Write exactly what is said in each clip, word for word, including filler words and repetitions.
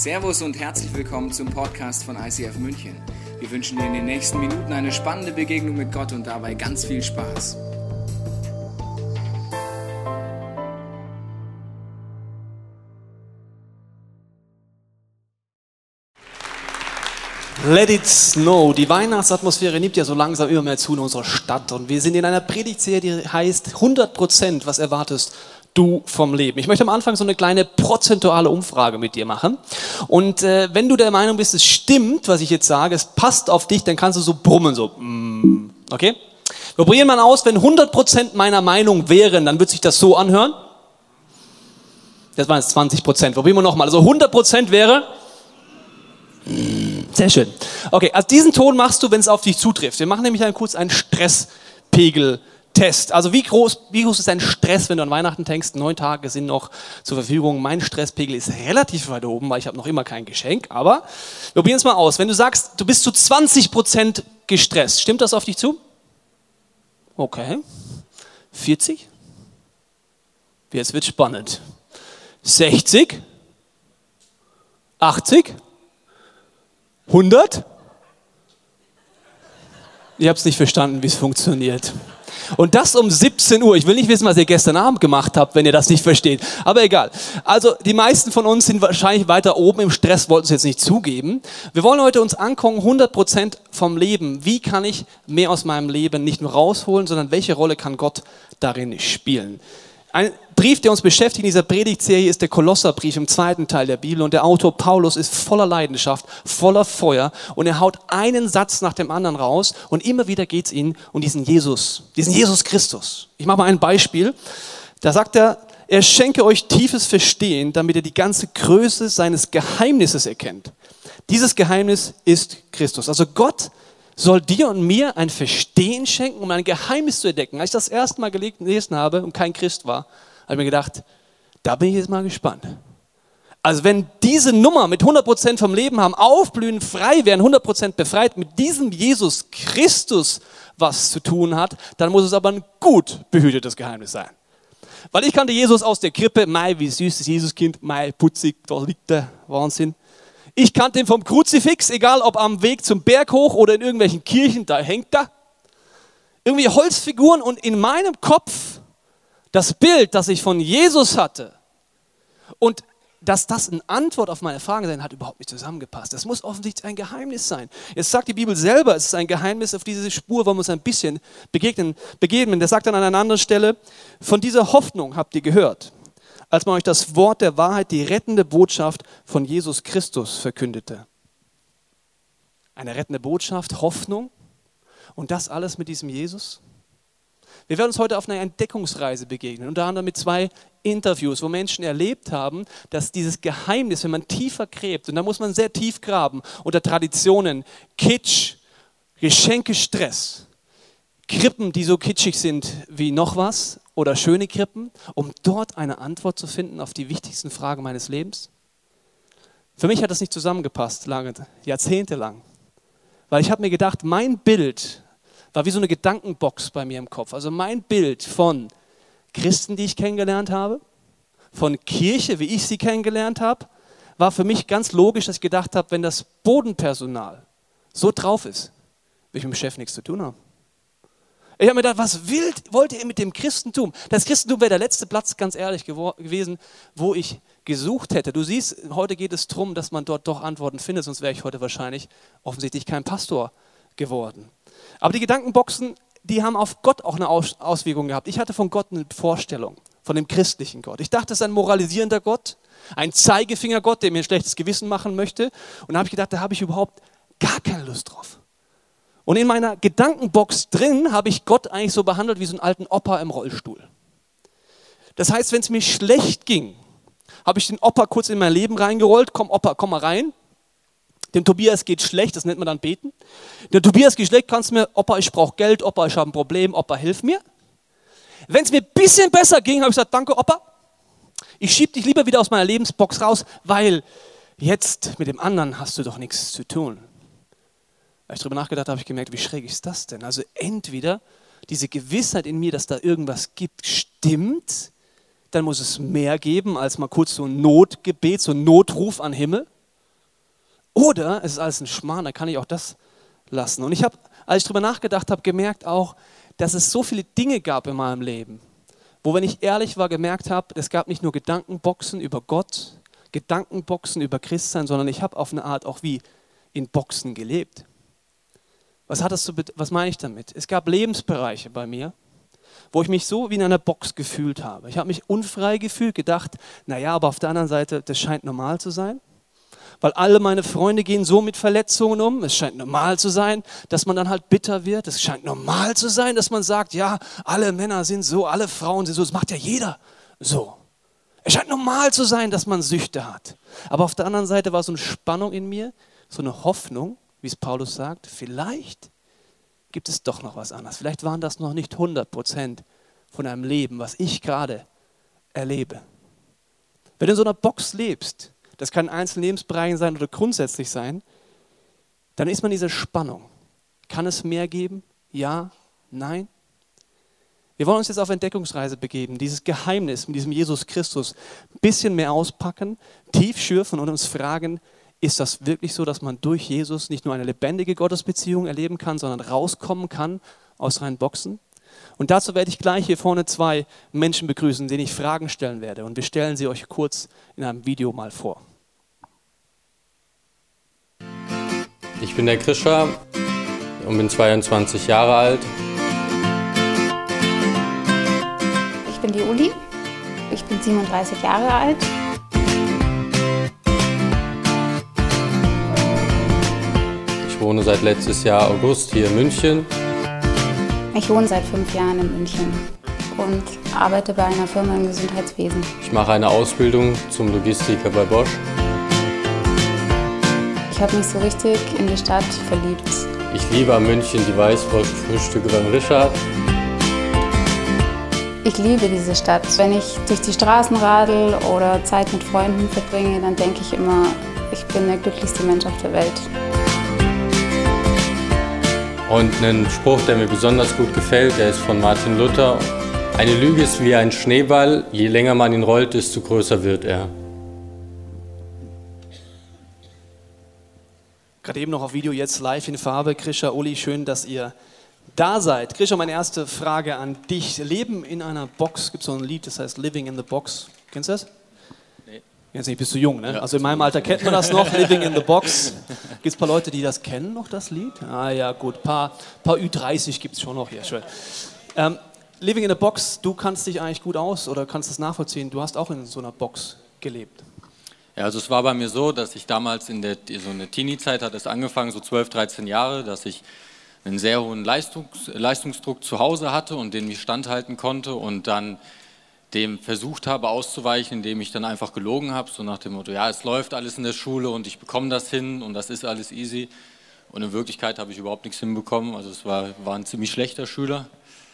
Servus und herzlich willkommen zum Podcast von I C F München. Wir wünschen dir in den nächsten Minuten eine spannende Begegnung mit Gott und dabei ganz viel Spaß. Let it snow. Die Weihnachtsatmosphäre nimmt ja so langsam immer mehr zu in unserer Stadt. Und wir sind in einer Predigtserie, die heißt hundert Prozent, was erwartest du vom Leben? Ich möchte am Anfang so eine kleine prozentuale Umfrage mit dir machen. Und äh, wenn du der Meinung bist, es stimmt, was ich jetzt sage, es passt auf dich, dann kannst du so brummen, so, mm, okay? Wir probieren mal aus, wenn hundert Prozent meiner Meinung wären, dann würde sich das so anhören. Das waren jetzt zwanzig Prozent. Probieren wir nochmal. Also hundert Prozent wäre... Sehr schön. Okay, also diesen Ton machst du, wenn es auf dich zutrifft. Wir machen nämlich dann kurz einen Stresspegel-Test. Also wie groß, wie groß ist dein Stress, wenn du an Weihnachten denkst? Neun Tage sind noch zur Verfügung. Mein Stresspegel ist relativ weit oben, weil ich habe noch immer kein Geschenk. Aber wir probieren es mal aus. Wenn du sagst, du bist zu zwanzig Prozent gestresst, stimmt das auf dich zu? Okay. vierzig? Jetzt wird spannend. sechzig? achtzig? hundert? Ihr habt es nicht verstanden, wie es funktioniert. Und das um siebzehn Uhr. Ich will nicht wissen, was ihr gestern Abend gemacht habt, wenn ihr das nicht versteht. Aber egal. Also die meisten von uns sind wahrscheinlich weiter oben im Stress, wollten es jetzt nicht zugeben. Wir wollen heute uns angucken, hundert Prozent vom Leben. Wie kann ich mehr aus meinem Leben nicht nur rausholen, sondern welche Rolle kann Gott darin spielen? Ein Brief, der uns beschäftigt in dieser Predigtserie, ist der Kolosserbrief im zweiten Teil der Bibel. Und der Autor Paulus ist voller Leidenschaft, voller Feuer. Und er haut einen Satz nach dem anderen raus. Und immer wieder geht es ihm um diesen Jesus, diesen Jesus Christus. Ich mache mal ein Beispiel. Da sagt er, er schenke euch tiefes Verstehen, damit ihr die ganze Größe seines Geheimnisses erkennt. Dieses Geheimnis ist Christus. Also Gott soll dir und mir ein Verstehen schenken, um ein Geheimnis zu entdecken. Als ich das erste Mal gelesen habe und kein Christ war, habe ich mir gedacht, da bin ich jetzt mal gespannt. Also wenn diese Nummer mit hundert Prozent vom Leben haben, aufblühen, frei werden, hundert Prozent befreit, mit diesem Jesus Christus was zu tun hat, dann muss es aber ein gut behütetes Geheimnis sein. Weil ich kannte Jesus aus der Krippe, mei, wie süß das Jesuskind, mei, putzig, da liegt der Wahnsinn. Ich kannte ihn vom Kruzifix, egal ob am Weg zum Berg hoch oder in irgendwelchen Kirchen, da hängt er. Irgendwie Holzfiguren und in meinem Kopf das Bild, das ich von Jesus hatte und dass das eine Antwort auf meine Fragen sein hat, überhaupt nicht zusammengepasst. Das muss offensichtlich ein Geheimnis sein. Jetzt sagt die Bibel selber, es ist ein Geheimnis, auf diese Spur wollen wir uns ein bisschen begegnen, begegnen. Der sagt dann an einer anderen Stelle, von dieser Hoffnung habt ihr gehört, als man euch das Wort der Wahrheit, die rettende Botschaft von Jesus Christus verkündete. Eine rettende Botschaft, Hoffnung und das alles mit diesem Jesus. Wir werden uns heute auf einer Entdeckungsreise begegnen, unter anderem mit zwei Interviews, wo Menschen erlebt haben, dass dieses Geheimnis, wenn man tiefer gräbt, und da muss man sehr tief graben, unter Traditionen, Kitsch, Geschenke, Stress, Krippen, die so kitschig sind wie noch was, oder schöne Krippen, um dort eine Antwort zu finden auf die wichtigsten Fragen meines Lebens? Für mich hat das nicht zusammengepasst, lange, jahrzehntelang. Weil ich habe mir gedacht, mein Bild war wie so eine Gedankenbox bei mir im Kopf. Also mein Bild von Christen, die ich kennengelernt habe, von Kirche, wie ich sie kennengelernt habe, war für mich ganz logisch, dass ich gedacht habe, wenn das Bodenpersonal so drauf ist, will ich mit dem Chef nichts zu tun haben. Ich habe mir gedacht, was will, wollt ihr mit dem Christentum? Das Christentum wäre der letzte Platz, ganz ehrlich gewor- gewesen, wo ich gesucht hätte. Du siehst, heute geht es darum, dass man dort doch Antworten findet, sonst wäre ich heute wahrscheinlich offensichtlich kein Pastor geworden. Aber die Gedankenboxen, die haben auf Gott auch eine Aus- Auswirkung gehabt. Ich hatte von Gott eine Vorstellung, von dem christlichen Gott. Ich dachte, es ist ein moralisierender Gott, ein Zeigefingergott, der mir ein schlechtes Gewissen machen möchte. Und da habe ich gedacht, da habe ich überhaupt gar keine Lust drauf. Und in meiner Gedankenbox drin habe ich Gott eigentlich so behandelt wie so einen alten Opa im Rollstuhl. Das heißt, wenn es mir schlecht ging, habe ich den Opa kurz in mein Leben reingerollt. Komm Opa, komm mal rein. Dem Tobias geht schlecht, das nennt man dann beten. Der Tobias geht schlecht, kannst du mir, Opa, ich brauche Geld, Opa, ich habe ein Problem, Opa, hilf mir. Wenn es mir ein bisschen besser ging, habe ich gesagt, danke Opa. Ich schiebe dich lieber wieder aus meiner Lebensbox raus, weil jetzt mit dem anderen hast du doch nichts zu tun. Als ich darüber nachgedacht habe, habe ich gemerkt, wie schräg ist das denn? Also entweder diese Gewissheit in mir, dass da irgendwas gibt, stimmt, dann muss es mehr geben als mal kurz so ein Notgebet, so ein Notruf an den Himmel. Oder es ist alles ein Schmarrn, dann kann ich auch das lassen. Und ich habe, als ich darüber nachgedacht habe, gemerkt auch, dass es so viele Dinge gab in meinem Leben, wo, wenn ich ehrlich war, gemerkt habe, es gab nicht nur Gedankenboxen über Gott, Gedankenboxen über Christsein, sondern ich habe auf eine Art auch wie in Boxen gelebt. Was hat das so, was meine ich damit? Es gab Lebensbereiche bei mir, wo ich mich so wie in einer Box gefühlt habe. Ich habe mich unfrei gefühlt, gedacht, naja, aber auf der anderen Seite, das scheint normal zu sein. Weil alle meine Freunde gehen so mit Verletzungen um. Es scheint normal zu sein, dass man dann halt bitter wird. Es scheint normal zu sein, dass man sagt, ja, alle Männer sind so, alle Frauen sind so. Das macht ja jeder so. Es scheint normal zu sein, dass man Süchte hat. Aber auf der anderen Seite war so eine Spannung in mir, so eine Hoffnung, wie es Paulus sagt, vielleicht gibt es doch noch was anderes. Vielleicht waren das noch nicht hundert Prozent von einem Leben, was ich gerade erlebe. Wenn du in so einer Box lebst, das kann in einzelnen Lebensbereichen sein oder grundsätzlich sein, dann ist man in dieser Spannung. Kann es mehr geben? Ja? Nein? Wir wollen uns jetzt auf Entdeckungsreise begeben, dieses Geheimnis mit diesem Jesus Christus ein bisschen mehr auspacken, tief schürfen und uns fragen, ist das wirklich so, dass man durch Jesus nicht nur eine lebendige Gottesbeziehung erleben kann, sondern rauskommen kann aus reinen Boxen? Und dazu werde ich gleich hier vorne zwei Menschen begrüßen, denen ich Fragen stellen werde. Und wir stellen sie euch kurz in einem Video mal vor. Ich bin der Krischer und bin zweiundzwanzig Jahre alt. Ich bin die Uli. Ich bin siebenunddreißig Jahre alt. Ich wohne seit letztes Jahr August hier in München. Ich wohne seit fünf Jahren in München und arbeite bei einer Firma im Gesundheitswesen. Ich mache eine Ausbildung zum Logistiker bei Bosch. Ich habe mich so richtig in die Stadt verliebt. Ich liebe an München die Weißwurstfrühstücke beim Richard. Ich liebe diese Stadt. Wenn ich durch die Straßen radel oder Zeit mit Freunden verbringe, dann denke ich immer, ich bin der glücklichste Mensch auf der Welt. Und ein Spruch, der mir besonders gut gefällt, der ist von Martin Luther. Eine Lüge ist wie ein Schneeball, je länger man ihn rollt, desto größer wird er. Gerade eben noch auf Video, jetzt live in Farbe. Krischa, Uli, schön, dass ihr da seid. Krischa, meine erste Frage an dich. Leben in einer Box, gibt es so ein Lied, das heißt Living in the Box. Kennst du das? Nee. Jetzt nicht, bist du jung, ne? Ja. Also in meinem Alter kennt man das noch, Living in the Box. Gibt es ein paar Leute, die das kennen noch, das Lied? Ah ja, gut, ein paar, paar Ü dreißig gibt es schon noch hier. Schön. Ähm, Living in the Box, du kannst dich eigentlich gut aus oder kannst das nachvollziehen. Du hast auch in so einer Box gelebt. Ja, also es war bei mir so, dass ich damals in der so eine Teenie-Zeit hat es angefangen, so zwölf, dreizehn Jahre, dass ich einen sehr hohen Leistungs, Leistungsdruck zu Hause hatte und den ich standhalten konnte und dann dem versucht habe auszuweichen, indem ich dann einfach gelogen habe, so nach dem Motto, ja, es läuft alles in der Schule und ich bekomme das hin und das ist alles easy. Und in Wirklichkeit habe ich überhaupt nichts hinbekommen, also es war, war ein ziemlich schlechter Schüler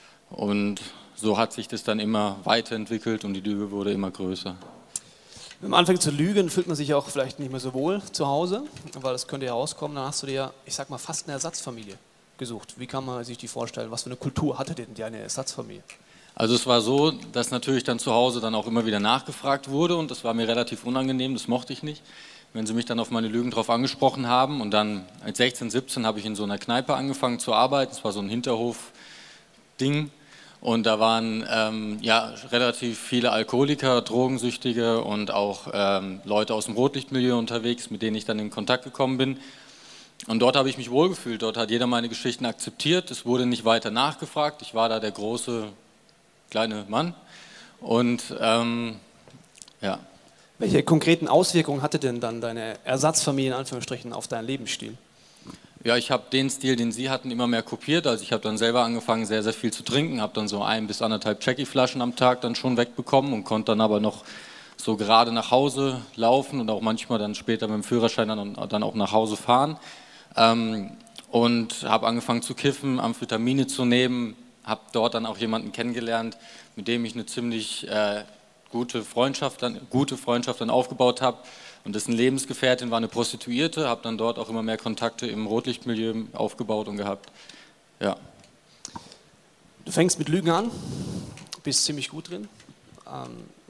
und so hat sich das dann immer weiterentwickelt und die Lüge wurde immer größer. Wenn man anfängt zu lügen, fühlt man sich auch vielleicht nicht mehr so wohl zu Hause, weil das könnte ja rauskommen. Dann hast du dir, ich sag mal, fast eine Ersatzfamilie gesucht. Wie kann man sich die vorstellen? Was für eine Kultur hatte denn die eine Ersatzfamilie? Also es war so, dass natürlich dann zu Hause dann auch immer wieder nachgefragt wurde und das war mir relativ unangenehm, das mochte ich nicht, wenn sie mich dann auf meine Lügen drauf angesprochen haben. Und dann als sechzehn, siebzehn habe ich in so einer Kneipe angefangen zu arbeiten. Es war so ein Hinterhof-Ding. Und da waren ähm, ja, relativ viele Alkoholiker, Drogensüchtige und auch ähm, Leute aus dem Rotlichtmilieu unterwegs, mit denen ich dann in Kontakt gekommen bin. Und dort habe ich mich wohlgefühlt, dort hat jeder meine Geschichten akzeptiert, es wurde nicht weiter nachgefragt, ich war da der große, kleine Mann. Und ähm, ja. Welche konkreten Auswirkungen hatte denn dann deine Ersatzfamilie in Anführungsstrichen auf deinen Lebensstil? Ja, ich habe den Stil, den sie hatten, immer mehr kopiert. Also ich habe dann selber angefangen, sehr, sehr viel zu trinken, habe dann so ein bis anderthalb Jackie-Flaschen am Tag dann schon wegbekommen und konnte dann aber noch so gerade nach Hause laufen und auch manchmal dann später mit dem Führerschein dann, dann auch nach Hause fahren. Ähm, und habe angefangen zu kiffen, Amphetamine zu nehmen, habe dort dann auch jemanden kennengelernt, mit dem ich eine ziemlich äh, gute Freundschaft dann, gute Freundschaft dann aufgebaut habe. Und dessen Lebensgefährtin war eine Prostituierte, habe dann dort auch immer mehr Kontakte im Rotlichtmilieu aufgebaut und gehabt. Ja. Du fängst mit Lügen an, bist ziemlich gut drin. Ähm,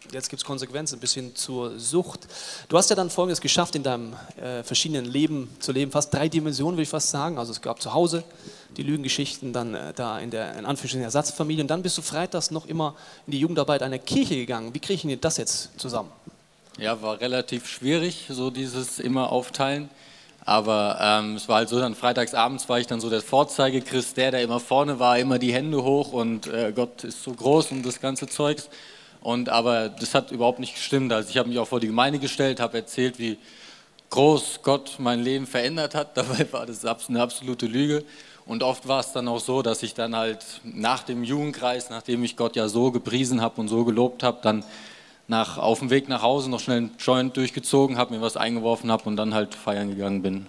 Jetzt gibt es Konsequenzen bis hin zur Sucht. Du hast ja dann Folgendes geschafft in deinem äh, verschiedenen Leben zu leben, fast drei Dimensionen, würde ich fast sagen. Also es gab zu Hause die Lügengeschichten, dann äh, da in der in Anführungsstrichen Ersatzfamilie und dann bist du freitags noch immer in die Jugendarbeit einer Kirche gegangen. Wie kriege ich denn das jetzt zusammen? Ja, war relativ schwierig, so dieses immer Aufteilen. Aber ähm, es war halt so, dann freitagsabends war ich dann so der Vorzeigechrist, der, der immer vorne war, immer die Hände hoch und äh, Gott ist so groß und das ganze Zeugs. Und, aber das hat überhaupt nicht gestimmt. Also ich habe mich auch vor die Gemeinde gestellt, habe erzählt, wie groß Gott mein Leben verändert hat. Dabei war das eine absolute Lüge. Und oft war es dann auch so, dass ich dann halt nach dem Jugendkreis, nachdem ich Gott ja so gepriesen habe und so gelobt habe, dann nach, auf dem Weg nach Hause noch schnell einen Joint durchgezogen habe, mir was eingeworfen habe und dann halt feiern gegangen bin.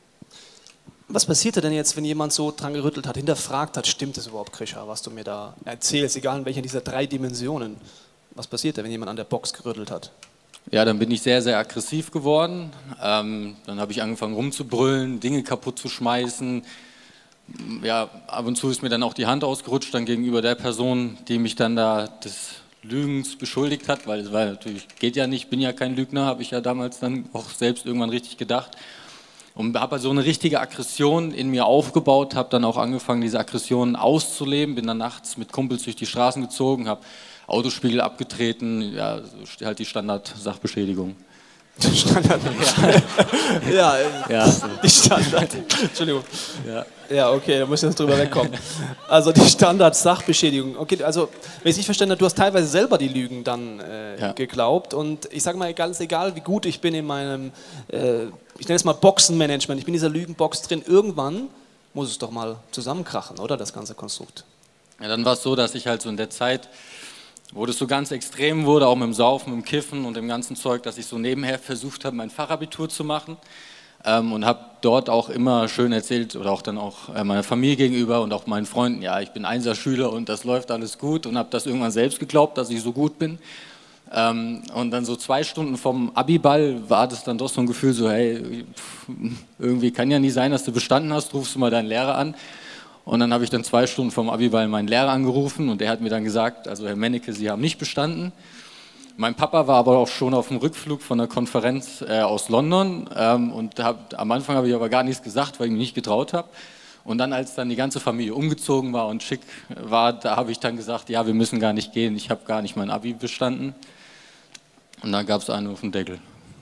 Was passierte denn jetzt, wenn jemand so dran gerüttelt hat, hinterfragt hat, stimmt es überhaupt, Krisha, was du mir da erzählst, egal in welcher dieser drei Dimensionen? Was passiert da, wenn jemand an der Box gerüttelt hat? Ja, dann bin ich sehr, sehr aggressiv geworden. Ähm, dann habe ich angefangen rumzubrüllen, Dinge kaputt zu schmeißen. Ja, ab und zu ist mir dann auch die Hand ausgerutscht, dann gegenüber der Person, die mich dann da des Lügens beschuldigt hat, weil es war natürlich, geht ja nicht, bin ja kein Lügner, habe ich ja damals dann auch selbst irgendwann richtig gedacht. Und habe also eine richtige Aggression in mir aufgebaut, habe dann auch angefangen, diese Aggressionen auszuleben, bin dann nachts mit Kumpels durch die Straßen gezogen, habe Autospiegel abgetreten, ja, halt die Standard-Sachbeschädigung. Standard. Ja, ja, ja so. Die Standard. Entschuldigung. Ja. Ja, okay, da muss ich jetzt drüber wegkommen. Also die Standard-Sachbeschädigung. Okay, also wenn ich es nicht verstanden habe, du hast teilweise selber die Lügen dann äh, ja. geglaubt und ich sage mal, ganz egal, wie gut ich bin in meinem, äh, ich nenne es mal Boxenmanagement, ich bin in dieser Lügenbox drin, irgendwann muss es doch mal zusammenkrachen, oder, das ganze Konstrukt? Ja, dann war es so, dass ich halt so in der Zeit, wo das so ganz extrem wurde, auch mit dem Saufen, mit dem Kiffen und dem ganzen Zeug, dass ich so nebenher versucht habe, mein Fachabitur zu machen ähm, und habe dort auch immer schön erzählt oder auch dann auch äh, meiner Familie gegenüber und auch meinen Freunden, ja, ich bin Einserschüler und das läuft alles gut und habe das irgendwann selbst geglaubt, dass ich so gut bin. Ähm, und dann so zwei Stunden vom Abiball war das dann doch so ein Gefühl so, hey, pff, irgendwie kann ja nie sein, dass du bestanden hast, rufst du mal deinen Lehrer an. Und dann habe ich dann zwei Stunden vom Abiball meinen Lehrer angerufen und der hat mir dann gesagt, also Herr Mennecke, Sie haben nicht bestanden. Mein Papa war aber auch schon auf dem Rückflug von einer Konferenz äh, aus London ähm, und hab, am Anfang habe ich aber gar nichts gesagt, weil ich mich nicht getraut habe. Und dann, als dann die ganze Familie umgezogen war und schick war, da habe ich dann gesagt, ja, wir müssen gar nicht gehen, ich habe gar nicht mein Abi bestanden. Und dann gab es einen auf den Deckel.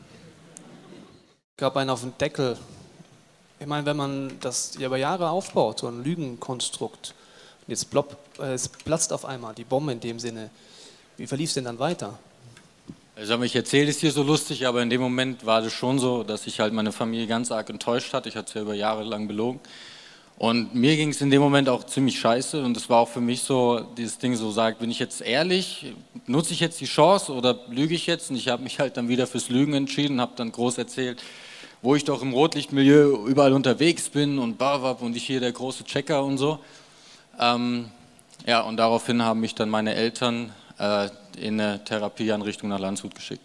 Gab einen auf den Deckel. Ich meine, wenn man das über Jahre aufbaut, so ein Lügenkonstrukt, und jetzt plopp, äh, es platzt auf einmal die Bombe in dem Sinne, wie verlief es denn dann weiter? Also ich erzähle es hier so lustig, aber in dem Moment war das schon so, dass ich halt meine Familie ganz arg enttäuscht hat. Ich hatte es ja über Jahre lang belogen. Und mir ging es in dem Moment auch ziemlich scheiße und es war auch für mich so, dieses Ding so sagt, bin ich jetzt ehrlich, nutze ich jetzt die Chance oder lüge ich jetzt? Und ich habe mich halt dann wieder fürs Lügen entschieden, habe dann groß erzählt, wo ich doch im Rotlichtmilieu überall unterwegs bin und babab und ich hier der große Checker und so. Ähm, ja, und daraufhin haben mich dann meine Eltern äh, in eine Therapieeinrichtung nach Landshut geschickt.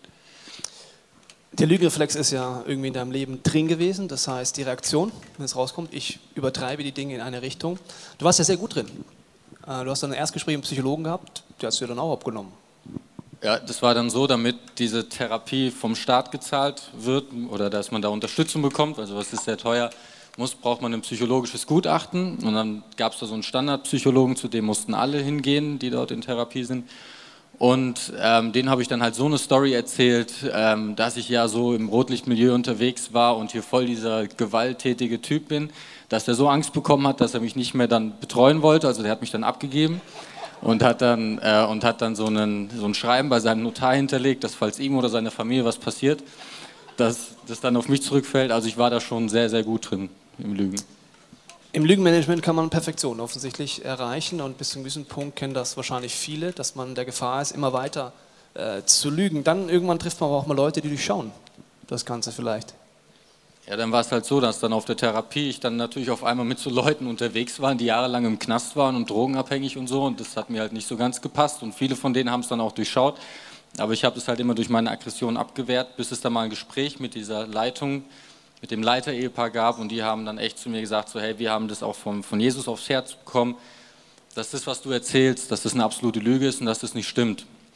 Der Lügenreflex ist ja irgendwie in deinem Leben drin gewesen, das heißt die Reaktion, wenn es rauskommt, ich übertreibe die Dinge in eine Richtung. Du warst ja sehr gut drin. Äh, du hast dann ein Erstgespräch mit einem Psychologen gehabt, der hast du ja dann auch abgenommen. Ja, das war dann so, damit diese Therapie vom Staat gezahlt wird oder dass man da Unterstützung bekommt, also was ist sehr teuer, muss, braucht man ein psychologisches Gutachten und dann gab es da so einen Standardpsychologen, zu dem mussten alle hingehen, die dort in Therapie sind und ähm, denen habe ich dann halt so eine Story erzählt, ähm, dass ich ja so im Rotlichtmilieu unterwegs war und hier voll dieser gewalttätige Typ bin, dass er so Angst bekommen hat, dass er mich nicht mehr dann betreuen wollte, also der hat mich dann abgegeben. Und hat dann, äh, und hat dann so, einen, so ein Schreiben bei seinem Notar hinterlegt, dass falls ihm oder seiner Familie was passiert, dass das dann auf mich zurückfällt. Also ich war da schon sehr, sehr gut drin im Lügen. Im Lügenmanagement kann man Perfektion offensichtlich erreichen und bis zu einem gewissen Punkt kennen das wahrscheinlich viele, dass man in der Gefahr ist, immer weiter äh, zu lügen. Dann irgendwann trifft man aber auch mal Leute, die durchschauen das Ganze vielleicht. Ja, dann war es halt so, dass dann auf der Therapie ich dann natürlich auf einmal mit so Leuten unterwegs war, die jahrelang im Knast waren und drogenabhängig und so und das hat mir halt nicht so ganz gepasst und viele von denen haben es dann auch durchschaut, aber ich habe es halt immer durch meine Aggression abgewehrt, bis es dann mal ein Gespräch mit dieser Leitung, mit dem Leiter-Ehepaar gab und die haben dann echt zu mir gesagt, so hey, wir haben das auch vom, von Jesus aufs Herz bekommen, dass das, was du erzählst, dass das eine absolute Lüge ist und dass das nicht stimmt.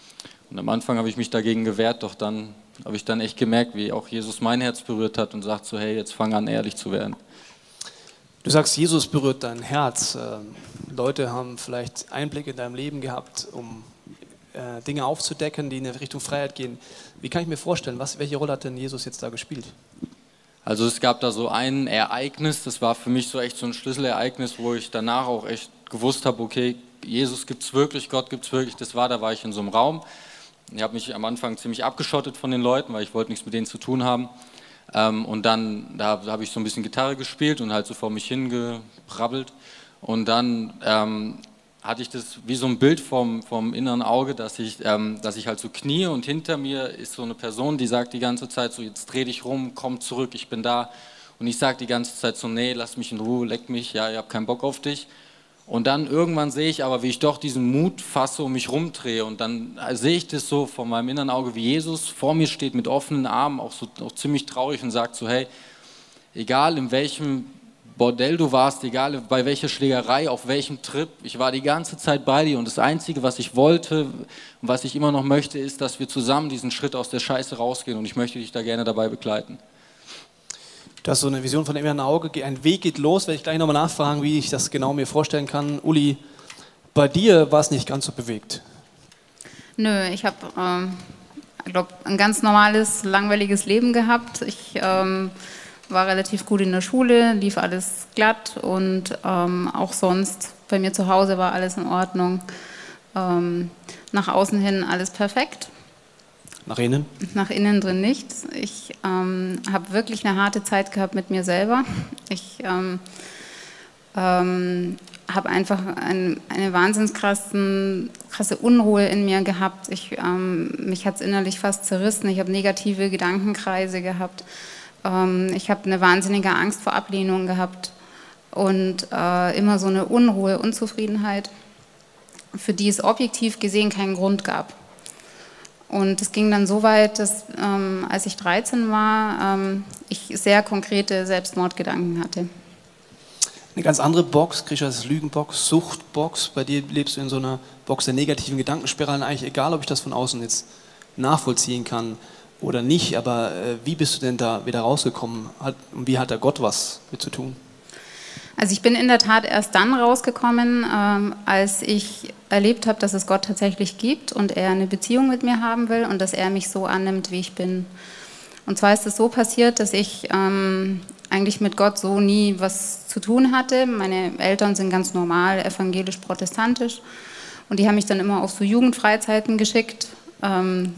Und am Anfang habe ich mich dagegen gewehrt, doch dann habe ich dann echt gemerkt, wie auch Jesus mein Herz berührt hat und sagt so, hey, jetzt fang an, ehrlich zu werden. Du sagst, Jesus berührt dein Herz. Ähm, Leute haben vielleicht Einblick in deinem Leben gehabt, um äh, Dinge aufzudecken, die in Richtung Freiheit gehen. Wie kann ich mir vorstellen, was, welche Rolle hat denn Jesus jetzt da gespielt? Also es gab da so ein Ereignis, das war für mich so echt so ein Schlüsselereignis, wo ich danach auch echt gewusst habe, okay, Jesus gibt es wirklich, Gott gibt es wirklich. Das war, da war ich in so einem Raum. Ich habe mich am Anfang ziemlich abgeschottet von den Leuten, weil ich wollte nichts mit denen zu tun haben. Ähm, und dann, da habe ich so ein bisschen Gitarre gespielt und halt so vor mich hingebrabbelt. Und dann ähm, hatte ich das wie so ein Bild vom, vom inneren Auge, dass ich, ähm, dass ich halt so knie und hinter mir ist so eine Person, die sagt die ganze Zeit so, jetzt dreh dich rum, komm zurück, ich bin da. Und ich sage die ganze Zeit so, nee, lass mich in Ruhe, leck mich, ja, ich habe keinen Bock auf dich. Und dann irgendwann sehe ich aber, wie ich doch diesen Mut fasse und mich rumdrehe. Und dann sehe ich das so vor meinem inneren Auge, wie Jesus vor mir steht mit offenen Armen, auch so auch ziemlich traurig und sagt so, hey, egal in welchem Bordell du warst, egal bei welcher Schlägerei, auf welchem Trip, ich war die ganze Zeit bei dir und das Einzige, was ich wollte und was ich immer noch möchte, ist, dass wir zusammen diesen Schritt aus der Scheiße rausgehen und ich möchte dich da gerne dabei begleiten. Du hast so eine Vision von dem inneren Auge, ein Weg geht los, werde ich gleich nochmal nachfragen, wie ich das genau mir vorstellen kann. Uli, bei dir war es nicht ganz so bewegt. Nö, ich habe, ähm, ich glaube, ein ganz normales, langweiliges Leben gehabt. Ich ähm, war relativ gut in der Schule, lief alles glatt und ähm, auch sonst bei mir zu Hause war alles in Ordnung. Ähm, nach außen hin alles perfekt. Nach innen? Nach innen drin nicht. Ich ähm, habe wirklich eine harte Zeit gehabt mit mir selber. Ich ähm, ähm, habe einfach ein, eine wahnsinnig krasse, krasse Unruhe in mir gehabt. Ich, ähm, mich hat es innerlich fast zerrissen. Ich habe negative Gedankenkreise gehabt. Ähm, ich habe eine wahnsinnige Angst vor Ablehnung gehabt und äh, immer so eine Unruhe, Unzufriedenheit, für die es objektiv gesehen keinen Grund gab. Und es ging dann so weit, dass ähm, als ich dreizehn war, ähm, ich sehr konkrete Selbstmordgedanken hatte. Eine ganz andere Box, kriegst du als Lügenbox, Suchtbox. Bei dir lebst du in so einer Box der negativen Gedankenspiralen. Eigentlich egal, ob ich das von außen jetzt nachvollziehen kann oder nicht, aber äh, wie bist du denn da wieder rausgekommen? Hat, und wie hat da Gott was mit zu tun? Also ich bin in der Tat erst dann rausgekommen, ähm, als ich erlebt habe, dass es Gott tatsächlich gibt und er eine Beziehung mit mir haben will und dass er mich so annimmt, wie ich bin. Und zwar ist es so passiert, dass ich ähm, eigentlich mit Gott so nie was zu tun hatte. Meine Eltern sind ganz normal evangelisch-protestantisch und die haben mich dann immer auf so Jugendfreizeiten geschickt. Ähm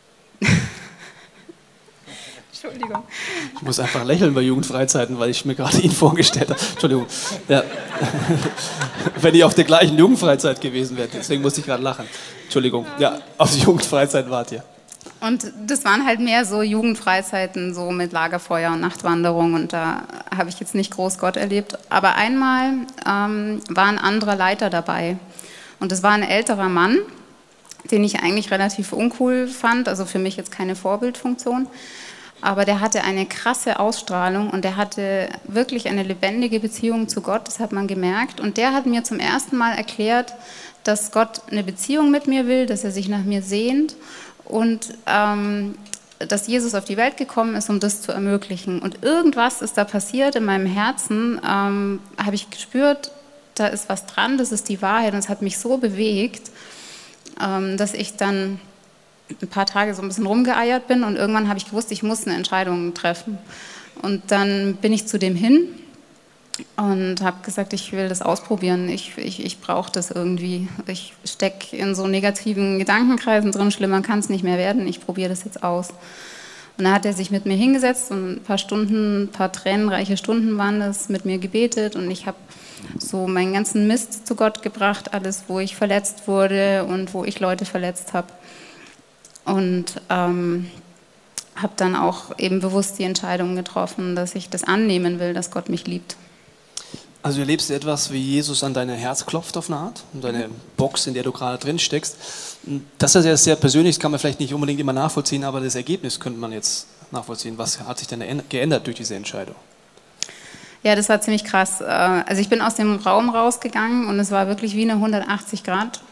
Entschuldigung. Ich muss einfach lächeln bei Jugendfreizeiten, weil ich mir gerade ihn vorgestellt habe. Entschuldigung. Ja. Wenn ich auf der gleichen Jugendfreizeit gewesen wäre, deswegen musste ich gerade lachen. Entschuldigung. Ja, auf die Jugendfreizeit wart ihr. Und das waren halt mehr so Jugendfreizeiten, so mit Lagerfeuer und Nachtwanderung und da habe ich jetzt nicht groß Gott erlebt. Aber einmal ähm, war ein anderer Leiter dabei und das war ein älterer Mann, den ich eigentlich relativ uncool fand, also für mich jetzt keine Vorbildfunktion. Aber der hatte eine krasse Ausstrahlung und der hatte wirklich eine lebendige Beziehung zu Gott, das hat man gemerkt. Und der hat mir zum ersten Mal erklärt, dass Gott eine Beziehung mit mir will, dass er sich nach mir sehnt und ähm, dass Jesus auf die Welt gekommen ist, um das zu ermöglichen. Und irgendwas ist da passiert in meinem Herzen, ähm, habe ich gespürt, da ist was dran, das ist die Wahrheit und es hat mich so bewegt, ähm, dass ich dann ein paar Tage so ein bisschen rumgeeiert bin und irgendwann habe ich gewusst, ich muss eine Entscheidung treffen. Und dann bin ich zu dem hin und habe gesagt, ich will das ausprobieren, ich, ich, ich brauche das irgendwie. Ich stecke in so negativen Gedankenkreisen drin, schlimmer kann es nicht mehr werden, ich probiere das jetzt aus. Und dann hat er sich mit mir hingesetzt und ein paar Stunden, ein paar tränenreiche Stunden waren das, mit mir gebetet und ich habe so meinen ganzen Mist zu Gott gebracht, alles, wo ich verletzt wurde und wo ich Leute verletzt habe. Und ähm, habe dann auch eben bewusst die Entscheidung getroffen, dass ich das annehmen will, dass Gott mich liebt. Also du erlebst etwas, wie Jesus an dein Herz klopft auf eine Art, in deine Box, in der du gerade drin steckst. Das ist ja sehr persönlich, das kann man vielleicht nicht unbedingt immer nachvollziehen, aber das Ergebnis könnte man jetzt nachvollziehen. Was hat sich denn geändert durch diese Entscheidung? Ja, das war ziemlich krass. Also ich bin aus dem Raum rausgegangen und es war wirklich wie eine hundertachtzig Grad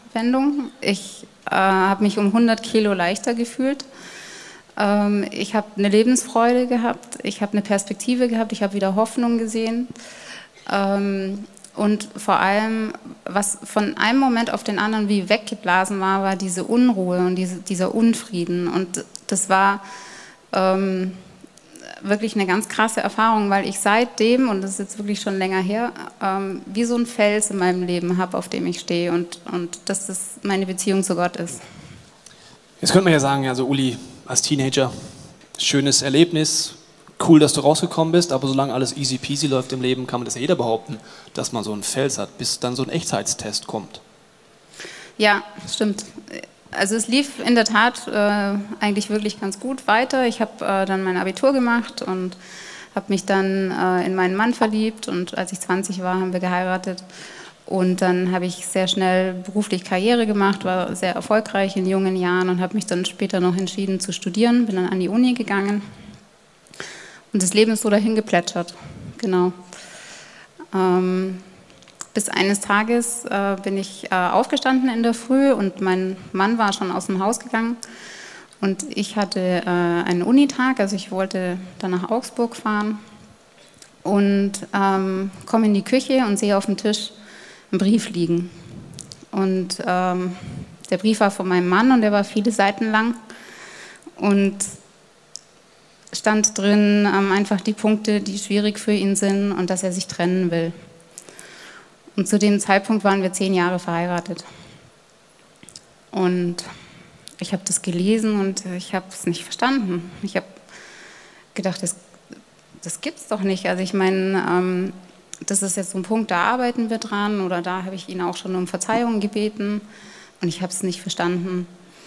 Wendung. Ich äh, habe mich um hundert Kilo leichter gefühlt. Ähm, ich habe eine Lebensfreude gehabt, ich habe eine Perspektive gehabt, ich habe wieder Hoffnung gesehen. Ähm, und vor allem, was von einem Moment auf den anderen wie weggeblasen war, war diese Unruhe und diese, dieser Unfrieden. Und das war ähm, wirklich eine ganz krasse Erfahrung, weil ich seitdem, und das ist jetzt wirklich schon länger her, ähm, wie so ein Fels in meinem Leben habe, auf dem ich stehe und, und dass das meine Beziehung zu Gott ist. Jetzt könnte man ja sagen, also Uli, als Teenager, schönes Erlebnis, cool, dass du rausgekommen bist, aber solange alles easy peasy läuft im Leben, kann man das ja jeder behaupten, dass man so einen Fels hat, bis dann so ein Echtheitstest kommt. Ja, stimmt. Also es lief in der Tat äh, eigentlich wirklich ganz gut weiter. Ich habe äh, dann mein Abitur gemacht und habe mich dann äh, in meinen Mann verliebt und als ich zwanzig war, haben wir geheiratet. Und dann habe ich sehr schnell beruflich Karriere gemacht, war sehr erfolgreich in jungen Jahren und habe mich dann später noch entschieden zu studieren, bin dann an die Uni gegangen. Und das Leben ist so dahin geplätschert, genau. Ähm, bis eines Tages äh, bin ich äh, aufgestanden in der Früh und mein Mann war schon aus dem Haus gegangen. Und ich hatte äh, einen Unitag, also ich wollte dann nach Augsburg fahren und ähm, komme in die Küche und sehe auf dem Tisch einen Brief liegen. Und ähm, der Brief war von meinem Mann und der war viele Seiten lang und stand drin ähm, einfach die Punkte, die schwierig für ihn sind und dass er sich trennen will. Und zu dem Zeitpunkt waren wir zehn Jahre verheiratet. Und ich habe das gelesen und ich habe es nicht verstanden. Ich habe gedacht, das, das gibt's doch nicht. Also ich meine, ähm, das ist jetzt so ein Punkt, da arbeiten wir dran oder da habe ich ihn auch schon um Verzeihung gebeten und ich habe es nicht verstanden.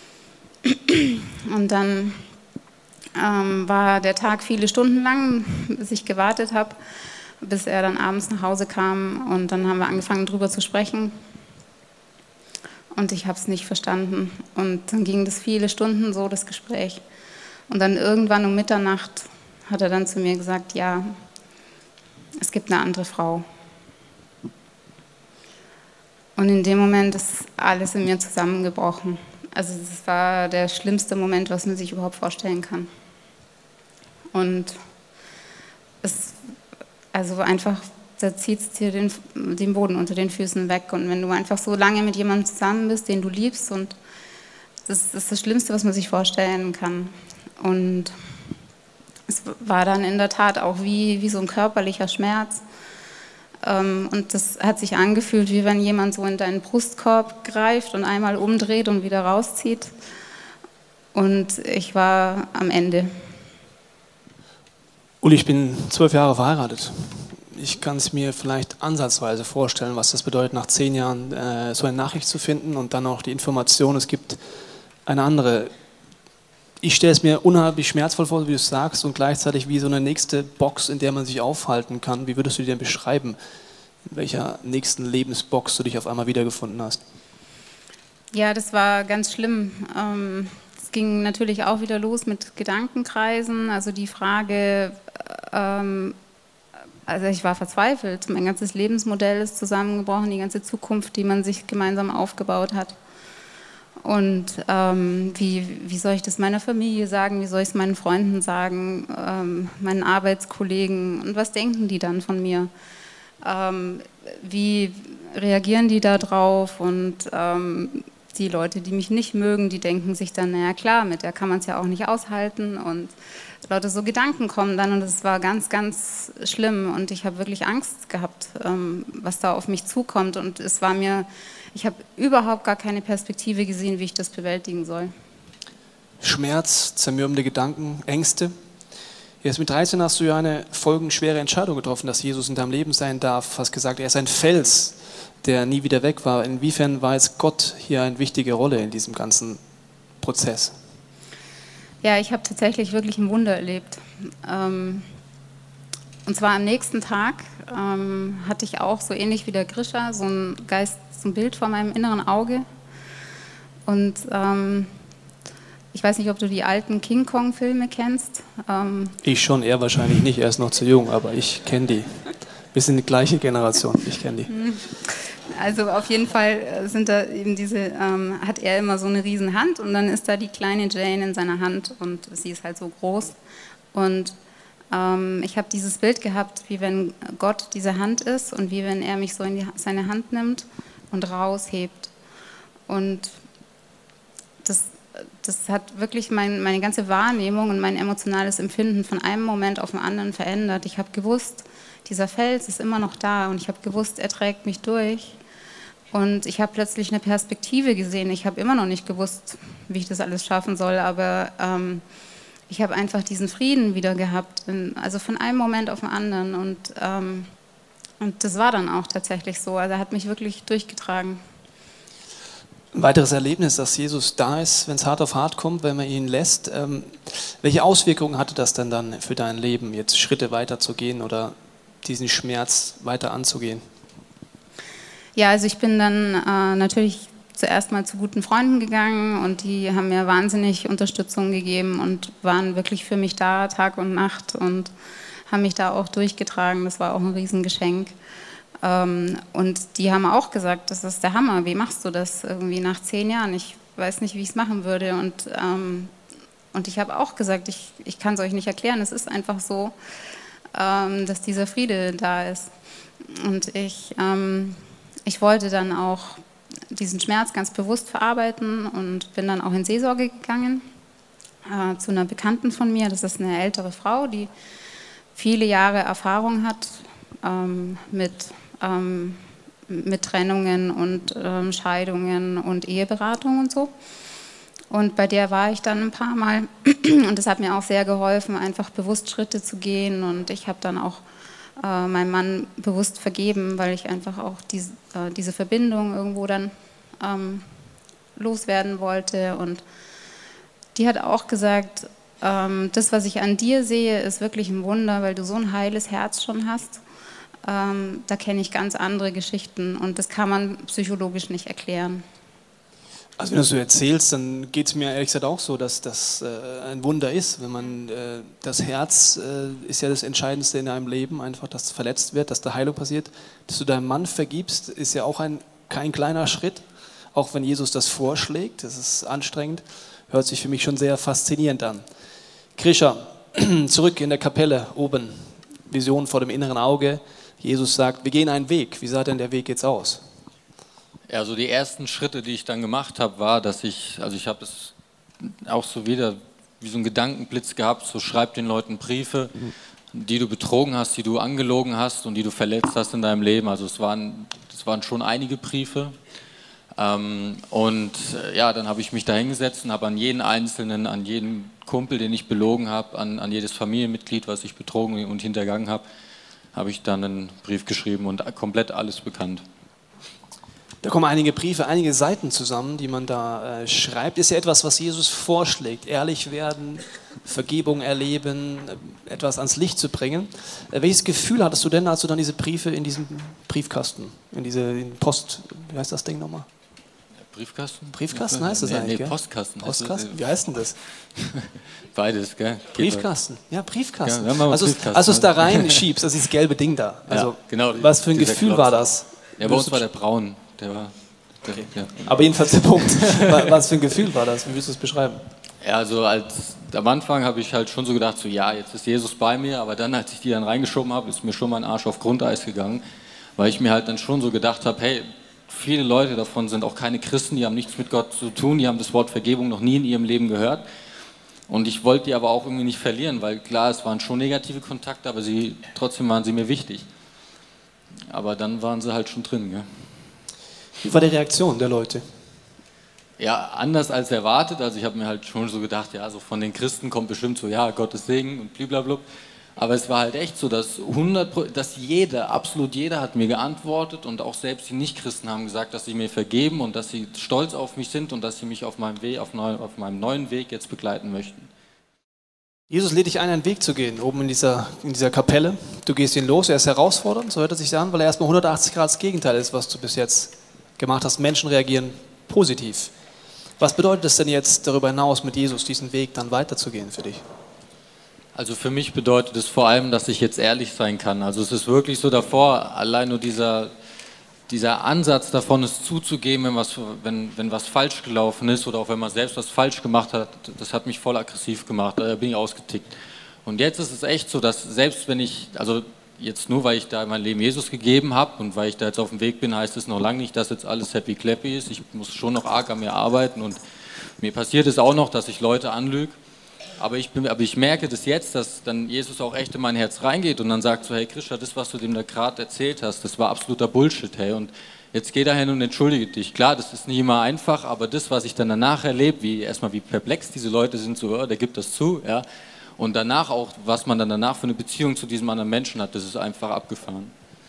Und dann ähm, war der Tag viele Stunden lang, bis ich gewartet habe, bis er dann abends nach Hause kam und dann haben wir angefangen drüber zu sprechen und ich habe es nicht verstanden und dann ging das viele Stunden so, das Gespräch und dann irgendwann um Mitternacht hat er dann zu mir gesagt, ja, es gibt eine andere Frau. Und in dem Moment ist alles in mir zusammengebrochen. Also das war der schlimmste Moment, was man sich überhaupt vorstellen kann. Und es, also einfach, da zieht es dir den, den Boden unter den Füßen weg. Und wenn du einfach so lange mit jemandem zusammen bist, den du liebst, und das, das ist das Schlimmste, was man sich vorstellen kann. Und es war dann in der Tat auch wie, wie so ein körperlicher Schmerz. Und das hat sich angefühlt, wie wenn jemand so in deinen Brustkorb greift und einmal umdreht und wieder rauszieht. Und ich war am Ende. Uli, ich bin zwölf Jahre verheiratet. Ich kann es mir vielleicht ansatzweise vorstellen, was das bedeutet, nach zehn Jahren äh, so eine Nachricht zu finden und dann auch die Information, es gibt eine andere. Ich stelle es mir unheimlich schmerzvoll vor, wie du es sagst, und gleichzeitig wie so eine nächste Box, in der man sich aufhalten kann. Wie würdest du die denn beschreiben, in welcher nächsten Lebensbox du dich auf einmal wiedergefunden hast? Ja, das war ganz schlimm. Ähm, es ging natürlich auch wieder los mit Gedankenkreisen. Also die Frage, ähm, also ich war verzweifelt. Mein ganzes Lebensmodell ist zusammengebrochen, die ganze Zukunft, die man sich gemeinsam aufgebaut hat. Und ähm, wie, wie soll ich das meiner Familie sagen, wie soll ich es meinen Freunden sagen, ähm, meinen Arbeitskollegen, und was denken die dann von mir? Ähm, wie reagieren die da drauf? Und ähm, die Leute, die mich nicht mögen, die denken sich dann, naja klar, mit der kann man es ja auch nicht aushalten. Und Leute, so Gedanken kommen dann und es war ganz, ganz schlimm. Und ich habe wirklich Angst gehabt, ähm, was da auf mich zukommt. Und es war mir... Ich habe überhaupt gar keine Perspektive gesehen, wie ich das bewältigen soll. Schmerz, zermürbende Gedanken, Ängste. Jetzt mit dreizehn hast du ja eine folgenschwere Entscheidung getroffen, dass Jesus in deinem Leben sein darf. Du hast gesagt, er ist ein Fels, der nie wieder weg war. Inwiefern war jetzt Gott hier eine wichtige Rolle in diesem ganzen Prozess? Ja, ich habe tatsächlich wirklich ein Wunder erlebt. Ähm, und zwar am nächsten Tag ähm, hatte ich auch so ähnlich wie der Grisha so ein Geist, so ein Bild vor meinem inneren Auge. Und ähm, ich weiß nicht, ob du die alten King Kong-Filme kennst. Ähm, ich schon, er wahrscheinlich nicht, er ist noch zu jung, aber ich kenne die. Wir sind die gleiche Generation, ich kenne die. Also auf jeden Fall sind da eben diese, ähm, hat er immer so eine riesen Hand und dann ist da die kleine Jane in seiner Hand und sie ist halt so groß. Und ähm, ich habe dieses Bild gehabt, wie wenn Gott diese Hand ist und wie wenn er mich so in die, seine Hand nimmt und raushebt. Und das, das hat wirklich mein, meine ganze Wahrnehmung und mein emotionales Empfinden von einem Moment auf den anderen verändert. Ich habe gewusst, dieser Fels ist immer noch da und ich habe gewusst, er trägt mich durch. Und ich habe plötzlich eine Perspektive gesehen. Ich habe immer noch nicht gewusst, wie ich das alles schaffen soll, aber ähm, ich habe einfach diesen Frieden wieder gehabt, in, also von einem Moment auf den anderen. Und, ähm, und das war dann auch tatsächlich so. Also er hat mich wirklich durchgetragen. Ein weiteres Erlebnis, dass Jesus da ist, wenn es hart auf hart kommt, wenn man ihn lässt. Ähm, welche Auswirkungen hatte das denn dann für dein Leben, jetzt Schritte weiter zu gehen oder diesen Schmerz weiter anzugehen? Ja, also ich bin dann äh, natürlich zuerst mal zu guten Freunden gegangen und die haben mir wahnsinnig Unterstützung gegeben und waren wirklich für mich da, Tag und Nacht und haben mich da auch durchgetragen. Das war auch ein Riesengeschenk. Ähm, und die haben auch gesagt, das ist der Hammer, wie machst du das irgendwie nach zehn Jahren? Ich weiß nicht, wie ich es machen würde. Und, ähm, und ich habe auch gesagt, ich, ich kann es euch nicht erklären, es ist einfach so, ähm, dass dieser Friede da ist. Und ich... Ähm, Ich wollte dann auch diesen Schmerz ganz bewusst verarbeiten und bin dann auch in Seelsorge gegangen äh, zu einer Bekannten von mir. Das ist eine ältere Frau, die viele Jahre Erfahrung hat ähm, mit, ähm, mit Trennungen und ähm, Scheidungen und Eheberatung und so. Und bei der war ich dann ein paar Mal und das hat mir auch sehr geholfen, einfach bewusst Schritte zu gehen. Und ich habe dann auch äh, meinem Mann bewusst vergeben, weil ich einfach auch diese, äh, diese Verbindung irgendwo dann ähm, loswerden wollte. Und die hat auch gesagt, ähm, das, was ich an dir sehe, ist wirklich ein Wunder, weil du so ein heiles Herz schon hast. Ähm, da kenne ich ganz andere Geschichten und das kann man psychologisch nicht erklären. Also wenn du so erzählst, dann geht es mir ehrlich gesagt auch so, dass das äh, ein Wunder ist, wenn man, äh, das Herz äh, ist ja das Entscheidendste in deinem Leben, einfach, dass verletzt wird, dass da Heilung passiert. Dass du deinem Mann vergibst, ist ja auch ein, kein kleiner Schritt, auch wenn Jesus das vorschlägt, das ist anstrengend, hört sich für mich schon sehr faszinierend an. Grisha, zurück in der Kapelle oben, Vision vor dem inneren Auge, Jesus sagt, wir gehen einen Weg, wie sah denn der Weg jetzt aus? Ja, also die ersten Schritte, die ich dann gemacht habe, war, dass ich, also ich habe es auch so wieder wie so einen Gedankenblitz gehabt, so schreib den Leuten Briefe, die du betrogen hast, die du angelogen hast und die du verletzt hast in deinem Leben. Also es waren, es waren schon einige Briefe. Ähm, und äh, ja, dann habe ich mich da hingesetzt und habe an jeden Einzelnen, an jeden Kumpel, den ich belogen habe, an, an jedes Familienmitglied, was ich betrogen und hintergangen habe, habe ich dann einen Brief geschrieben und komplett alles bekannt. Da kommen einige Briefe, einige Seiten zusammen, die man da äh, schreibt. Ist ja etwas, was Jesus vorschlägt. Ehrlich werden, Vergebung erleben, äh, etwas ans Licht zu bringen. Äh, welches Gefühl hattest du denn, als du dann diese Briefe in diesem Briefkasten, in diese in Post, wie heißt das Ding nochmal? Briefkasten? Briefkasten heißt das nee, eigentlich, nee, gell? Postkasten. Postkasten? Wie heißt denn das? Beides, gell? Briefkasten. Ja, Briefkasten. Ja, also, Briefkasten. als du es da reinschiebst, das ist das gelbe Ding da. Also, ja, genau, was für ein Gefühl Klotz. war das? Ja, bei uns war der braun. Der war, der, okay. ja. Aber jedenfalls der Punkt. Was für ein Gefühl war das? Wie würdest du es beschreiben? Ja, also als, am Anfang habe ich halt schon so gedacht, so ja, jetzt ist Jesus bei mir, aber dann, als ich die dann reingeschoben habe, ist mir schon mein Arsch auf Grundeis gegangen, weil ich mir halt dann schon so gedacht habe, hey, viele Leute davon sind auch keine Christen, die haben nichts mit Gott zu tun, die haben das Wort Vergebung noch nie in ihrem Leben gehört. Und ich wollte die aber auch irgendwie nicht verlieren, weil klar, es waren schon negative Kontakte, aber sie, trotzdem waren sie mir wichtig. Aber dann waren sie halt schon drin. Gell? Wie war die Reaktion der Leute? Ja, anders als erwartet. Also ich habe mir halt schon so gedacht, ja, so von den Christen kommt bestimmt so, ja, Gottes Segen und blablabla. Aber es war halt echt so, dass, hundert, dass jeder, absolut jeder hat mir geantwortet und auch selbst die Nicht-Christen haben gesagt, dass sie mir vergeben und dass sie stolz auf mich sind und dass sie mich auf meinem Weg, auf, neu, auf meinem neuen Weg jetzt begleiten möchten. Jesus lädt dich ein, einen Weg zu gehen, oben in dieser, in dieser Kapelle. Du gehst ihn los, er ist herausfordernd, so hört er sich an, weil er erstmal hundertachtzig Grad das Gegenteil ist, was du bis jetzt gemacht hast. Menschen reagieren positiv. Was bedeutet es denn jetzt darüber hinaus, mit Jesus diesen Weg dann weiterzugehen für dich? Also für mich bedeutet es vor allem, dass ich jetzt ehrlich sein kann. Also es ist wirklich so davor, allein nur dieser, dieser Ansatz davon, es zuzugeben, wenn was, wenn, wenn was falsch gelaufen ist oder auch wenn man selbst was falsch gemacht hat, das hat mich voll aggressiv gemacht, da bin ich ausgetickt. Und jetzt ist es echt so, dass selbst wenn ich, also jetzt nur, weil ich da mein Leben Jesus gegeben habe und weil ich da jetzt auf dem Weg bin, heißt es noch lange nicht, dass jetzt alles happy clappy ist. Ich muss schon noch arg an mir arbeiten und mir passiert es auch noch, dass ich Leute anlüge. Aber ich, bin, aber ich merke das jetzt, dass dann Jesus auch echt in mein Herz reingeht und dann sagt so, hey Christa, das, was du dem da gerade erzählt hast, das war absoluter Bullshit, hey, und jetzt geh dahin und entschuldige dich. Klar, das ist nicht immer einfach, aber das, was ich dann danach erlebe, wie erstmal wie perplex diese Leute sind, so, oh, der gibt das zu, ja, und danach auch, was man dann danach für eine Beziehung zu diesem anderen Menschen hat, das ist einfach abgefahren.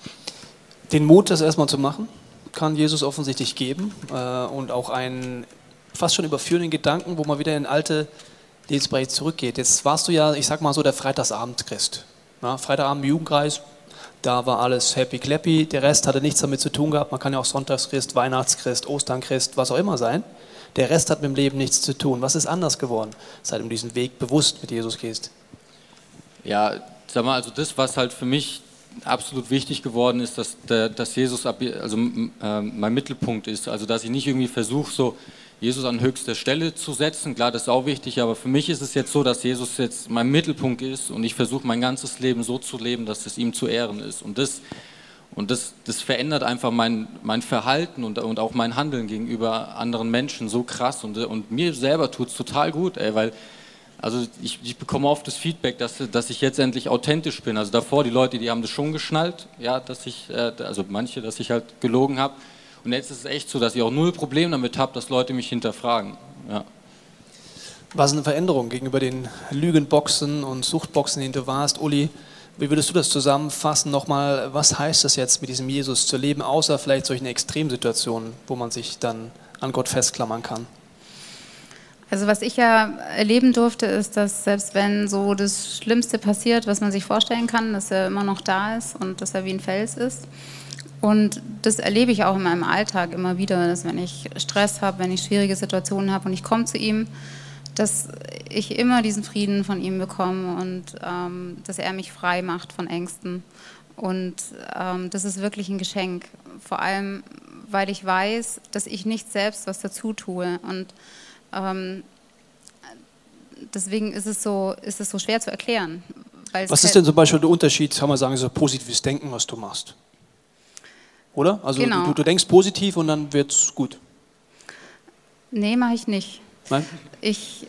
Den Mut, das erstmal zu machen, kann Jesus offensichtlich geben äh, und auch einen fast schon überführenden Gedanken, wo man wieder in alte Lebensbereich zurückgeht. Jetzt warst du ja, ich sag mal so, der Freitagsabend-Christ. Ja, Freitagabend im Jugendkreis, da war alles happy clappy, der Rest hatte nichts damit zu tun gehabt. Man kann ja auch Sonntagschrist, Weihnachtschrist, Osternchrist, was auch immer sein. Der Rest hat mit dem Leben nichts zu tun. Was ist anders geworden, seit du diesen Weg bewusst mit Jesus gehst? Ja, sag mal, also das, was halt für mich absolut wichtig geworden ist, dass, der, dass Jesus ab, also, äh, mein Mittelpunkt ist. Also dass ich nicht irgendwie versuche, so Jesus an höchster Stelle zu setzen, klar, das ist auch wichtig, aber für mich ist es jetzt so, dass Jesus jetzt mein Mittelpunkt ist und ich versuche mein ganzes Leben so zu leben, dass es ihm zu ehren ist. Und das, und das, das verändert einfach mein, mein Verhalten und, und auch mein Handeln gegenüber anderen Menschen so krass und, und mir selber tut es total gut, ey, weil also ich, ich bekomme oft das Feedback, dass, dass ich jetzt endlich authentisch bin. Also davor, die Leute, die haben das schon geschnallt, ja, dass ich, äh, also manche, dass ich halt gelogen habe. Und jetzt ist es echt so, dass ich auch null Problem damit habe, dass Leute mich hinterfragen. Ja. Was ist eine Veränderung gegenüber den Lügenboxen und Suchtboxen, in denen du warst? Uli, wie würdest du das zusammenfassen? Nochmal, was heißt das jetzt, mit diesem Jesus zu leben, außer vielleicht solchen Extremsituationen, wo man sich dann an Gott festklammern kann? Also was ich ja erleben durfte, ist, dass selbst wenn so das Schlimmste passiert, was man sich vorstellen kann, dass er immer noch da ist und dass er wie ein Fels ist. Und das erlebe ich auch in meinem Alltag immer wieder, dass wenn ich Stress habe, wenn ich schwierige Situationen habe und ich komme zu ihm, dass ich immer diesen Frieden von ihm bekomme und ähm, dass er mich frei macht von Ängsten. Und ähm, das ist wirklich ein Geschenk, vor allem, weil ich weiß, dass ich nicht selbst was dazu tue. Und ähm, deswegen ist es so, ist es so schwer zu erklären. Was ist denn zum Beispiel der Unterschied, kann man sagen, so positives Denken, was du machst? Oder? Also genau. du, du denkst positiv und dann wird's gut. Nee, mache ich nicht. Nein? Ich,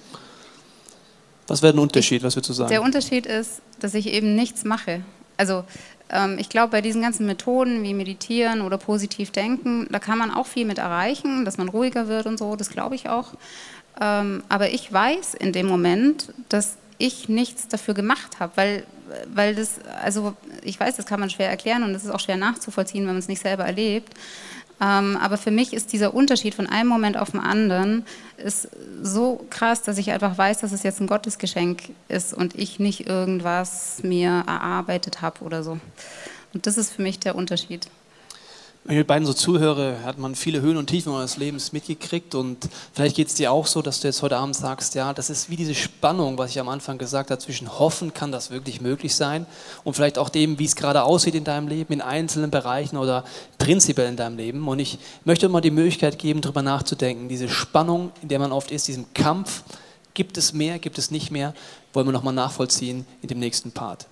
was wäre ein Unterschied, was würdest du sagen? Der Unterschied ist, dass ich eben nichts mache. Also ähm, ich glaube, bei diesen ganzen Methoden wie Meditieren oder positiv denken, da kann man auch viel mit erreichen, dass man ruhiger wird und so, das glaube ich auch. Ähm, aber ich weiß in dem Moment, dass ich nichts dafür gemacht habe, weil, weil das, also ich weiß, das kann man schwer erklären und das ist auch schwer nachzuvollziehen, wenn man es nicht selber erlebt. Ähm, aber für mich ist dieser Unterschied von einem Moment auf den anderen ist so krass, dass ich einfach weiß, dass es jetzt ein Gottesgeschenk ist und ich nicht irgendwas mir erarbeitet habe oder so. Und das ist für mich der Unterschied. Wenn ich mit beiden so zuhöre, hat man viele Höhen und Tiefen eures Lebens mitgekriegt und vielleicht geht es dir auch so, dass du jetzt heute Abend sagst, ja, das ist wie diese Spannung, was ich am Anfang gesagt habe, zwischen hoffen, kann das wirklich möglich sein und vielleicht auch dem, wie es gerade aussieht in deinem Leben, in einzelnen Bereichen oder prinzipiell in deinem Leben. Und ich möchte mal die Möglichkeit geben, darüber nachzudenken, diese Spannung, in der man oft ist, diesen Kampf, gibt es mehr, gibt es nicht mehr, wollen wir nochmal nachvollziehen in dem nächsten Part.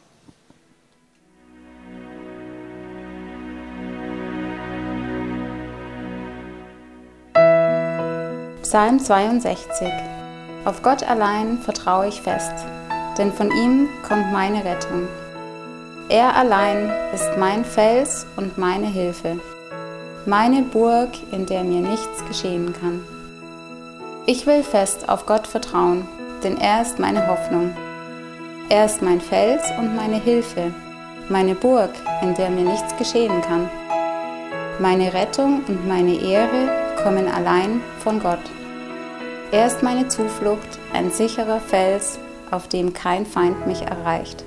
Psalm zweiundsechzig. Auf Gott allein vertraue ich fest, denn von ihm kommt meine Rettung. Er allein ist mein Fels und meine Hilfe, meine Burg, in der mir nichts geschehen kann. Ich will fest auf Gott vertrauen, denn er ist meine Hoffnung. Er ist mein Fels und meine Hilfe, meine Burg, in der mir nichts geschehen kann. Meine Rettung und meine Ehre kommen allein von Gott. Er ist meine Zuflucht, ein sicherer Fels, auf dem kein Feind mich erreicht.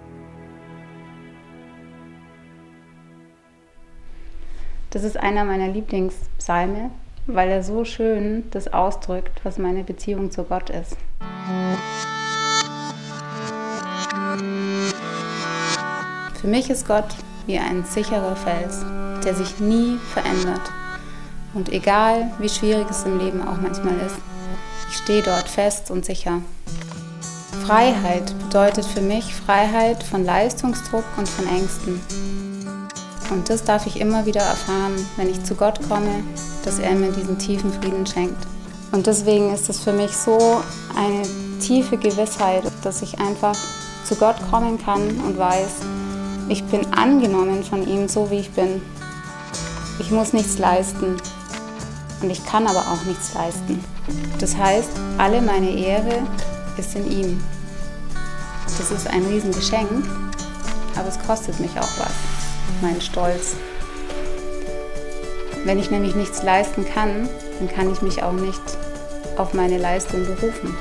Das ist einer meiner Lieblingspsalme, weil er so schön das ausdrückt, was meine Beziehung zu Gott ist. Für mich ist Gott wie ein sicherer Fels, der sich nie verändert. Und egal, wie schwierig es im Leben auch manchmal ist, ich stehe dort fest und sicher. Freiheit bedeutet für mich Freiheit von Leistungsdruck und von Ängsten. Und das darf ich immer wieder erfahren, wenn ich zu Gott komme, dass er mir diesen tiefen Frieden schenkt. Und deswegen ist es für mich so eine tiefe Gewissheit, dass ich einfach zu Gott kommen kann und weiß, ich bin angenommen von ihm, so wie ich bin. Ich muss nichts leisten und ich kann aber auch nichts leisten. Das heißt, alle meine Ehre ist in ihm. Das ist ein Riesengeschenk, aber es kostet mich auch was, meinen Stolz. Wenn ich nämlich nichts leisten kann, dann kann ich mich auch nicht auf meine Leistung berufen.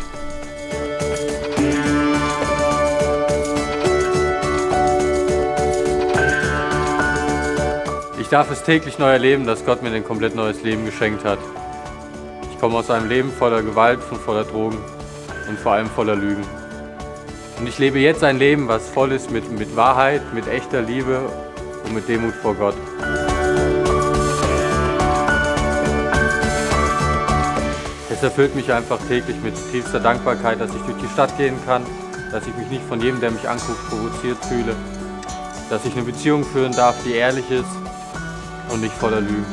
Ich darf es täglich neu erleben, dass Gott mir ein komplett neues Leben geschenkt hat. Ich komme aus einem Leben voller Gewalt und voller Drogen und vor allem voller Lügen. Und ich lebe jetzt ein Leben, was voll ist mit, mit Wahrheit, mit echter Liebe und mit Demut vor Gott. Es erfüllt mich einfach täglich mit tiefster Dankbarkeit, dass ich durch die Stadt gehen kann, dass ich mich nicht von jedem, der mich anguckt, provoziert fühle, dass ich eine Beziehung führen darf, die ehrlich ist und nicht voller Lügen.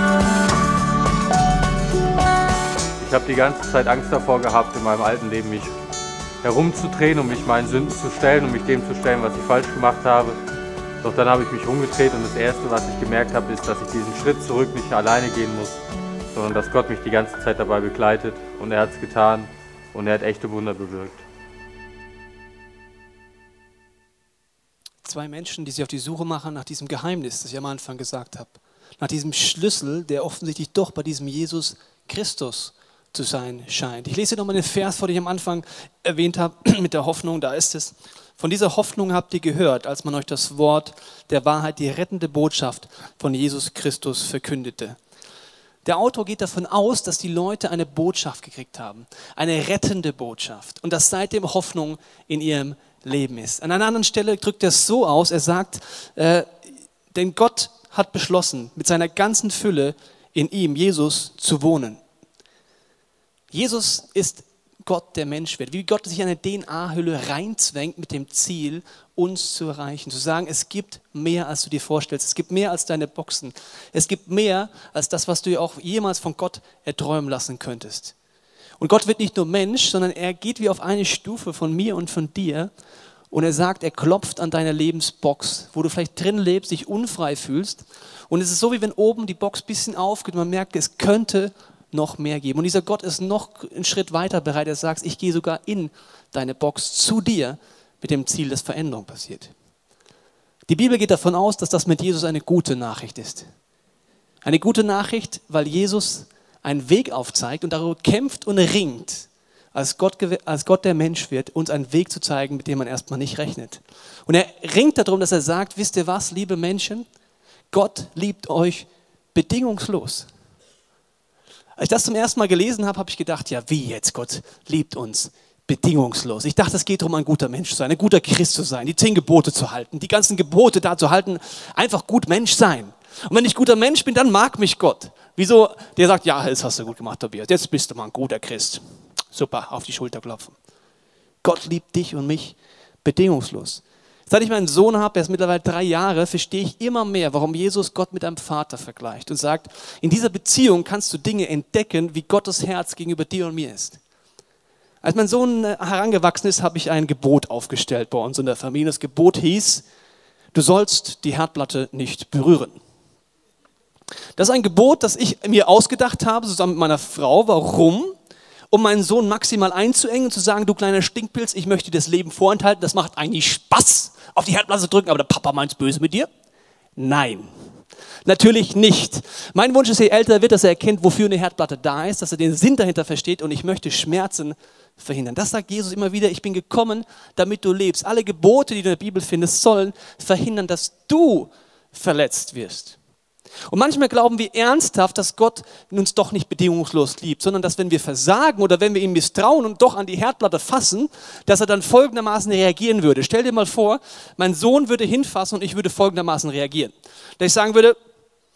Ich habe die ganze Zeit Angst davor gehabt, in meinem alten Leben mich herumzudrehen, um mich meinen Sünden zu stellen, um mich dem zu stellen, was ich falsch gemacht habe. Doch dann habe ich mich umgedreht und das Erste, was ich gemerkt habe, ist, dass ich diesen Schritt zurück nicht alleine gehen muss, sondern dass Gott mich die ganze Zeit dabei begleitet und er hat es getan und er hat echte Wunder bewirkt. Zwei Menschen, die sich auf die Suche machen nach diesem Geheimnis, das ich am Anfang gesagt habe. Nach diesem Schlüssel, der offensichtlich doch bei diesem Jesus Christus zu sein scheint. Ich lese nochmal den Vers vor, den ich am Anfang erwähnt habe, mit der Hoffnung, da ist es. Von dieser Hoffnung habt ihr gehört, als man euch das Wort der Wahrheit, die rettende Botschaft von Jesus Christus verkündete. Der Autor geht davon aus, dass die Leute eine Botschaft gekriegt haben, eine rettende Botschaft und dass seitdem Hoffnung in ihrem Leben ist. An einer anderen Stelle drückt er es so aus, er sagt, äh, denn Gott hat beschlossen, mit seiner ganzen Fülle in ihm, Jesus, zu wohnen. Jesus ist Gott, der Mensch wird. Wie Gott sich eine D N A-Hülle reinzwängt mit dem Ziel, uns zu erreichen. Zu sagen, es gibt mehr, als du dir vorstellst. Es gibt mehr als deine Boxen. Es gibt mehr als das, was du dir auch jemals von Gott erträumen lassen könntest. Und Gott wird nicht nur Mensch, sondern er geht wie auf eine Stufe von mir und von dir. Und er sagt, er klopft an deine Lebensbox, wo du vielleicht drin lebst, dich unfrei fühlst. Und es ist so, wie wenn oben die Box ein bisschen aufgeht und man merkt, es könnte noch mehr geben. Und dieser Gott ist noch einen Schritt weiter bereit. Er sagt, ich gehe sogar in deine Box zu dir mit dem Ziel, dass Veränderung passiert. Die Bibel geht davon aus, dass das mit Jesus eine gute Nachricht ist. Eine gute Nachricht, weil Jesus einen Weg aufzeigt und darüber kämpft und ringt, als Gott, als Gott der Mensch wird, uns einen Weg zu zeigen, mit dem man erstmal nicht rechnet. Und er ringt darum, dass er sagt, wisst ihr was, liebe Menschen, Gott liebt euch bedingungslos. Als ich das zum ersten Mal gelesen habe, habe ich gedacht, ja wie jetzt, Gott liebt uns bedingungslos. Ich dachte, es geht darum, ein guter Mensch zu sein, ein guter Christ zu sein, die zehn Gebote zu halten, die ganzen Gebote da zu halten, einfach gut Mensch sein. Und wenn ich guter Mensch bin, dann mag mich Gott. Wieso? Der sagt, ja, das hast du gut gemacht, Tobias, jetzt bist du mal ein guter Christ. Super, auf die Schulter klopfen. Gott liebt dich und mich bedingungslos. Seit ich meinen Sohn habe, er ist mittlerweile drei Jahre, verstehe ich immer mehr, warum Jesus Gott mit einem Vater vergleicht und sagt, in dieser Beziehung kannst du Dinge entdecken, wie Gottes Herz gegenüber dir und mir ist. Als mein Sohn herangewachsen ist, habe ich ein Gebot aufgestellt bei uns in der Familie. Das Gebot hieß, du sollst die Herdplatte nicht berühren. Das ist ein Gebot, das ich mir ausgedacht habe, zusammen mit meiner Frau. Warum? Um meinen Sohn maximal einzuengen und zu sagen, du kleiner Stinkpilz, ich möchte dir das Leben vorenthalten, das macht eigentlich Spaß, auf die Herdplatte zu drücken, aber der Papa meint's böse mit dir? Nein, natürlich nicht. Mein Wunsch ist, je älter er wird, dass er erkennt, wofür eine Herdplatte da ist, dass er den Sinn dahinter versteht und ich möchte Schmerzen verhindern. Das sagt Jesus immer wieder, ich bin gekommen, damit du lebst. Alle Gebote, die du in der Bibel findest, sollen verhindern, dass du verletzt wirst. Und manchmal glauben wir ernsthaft, dass Gott uns doch nicht bedingungslos liebt, sondern dass wenn wir versagen oder wenn wir ihm misstrauen und doch an die Herdplatte fassen, dass er dann folgendermaßen reagieren würde. Stell dir mal vor, mein Sohn würde hinfassen und ich würde folgendermaßen reagieren. Dass ich sagen würde,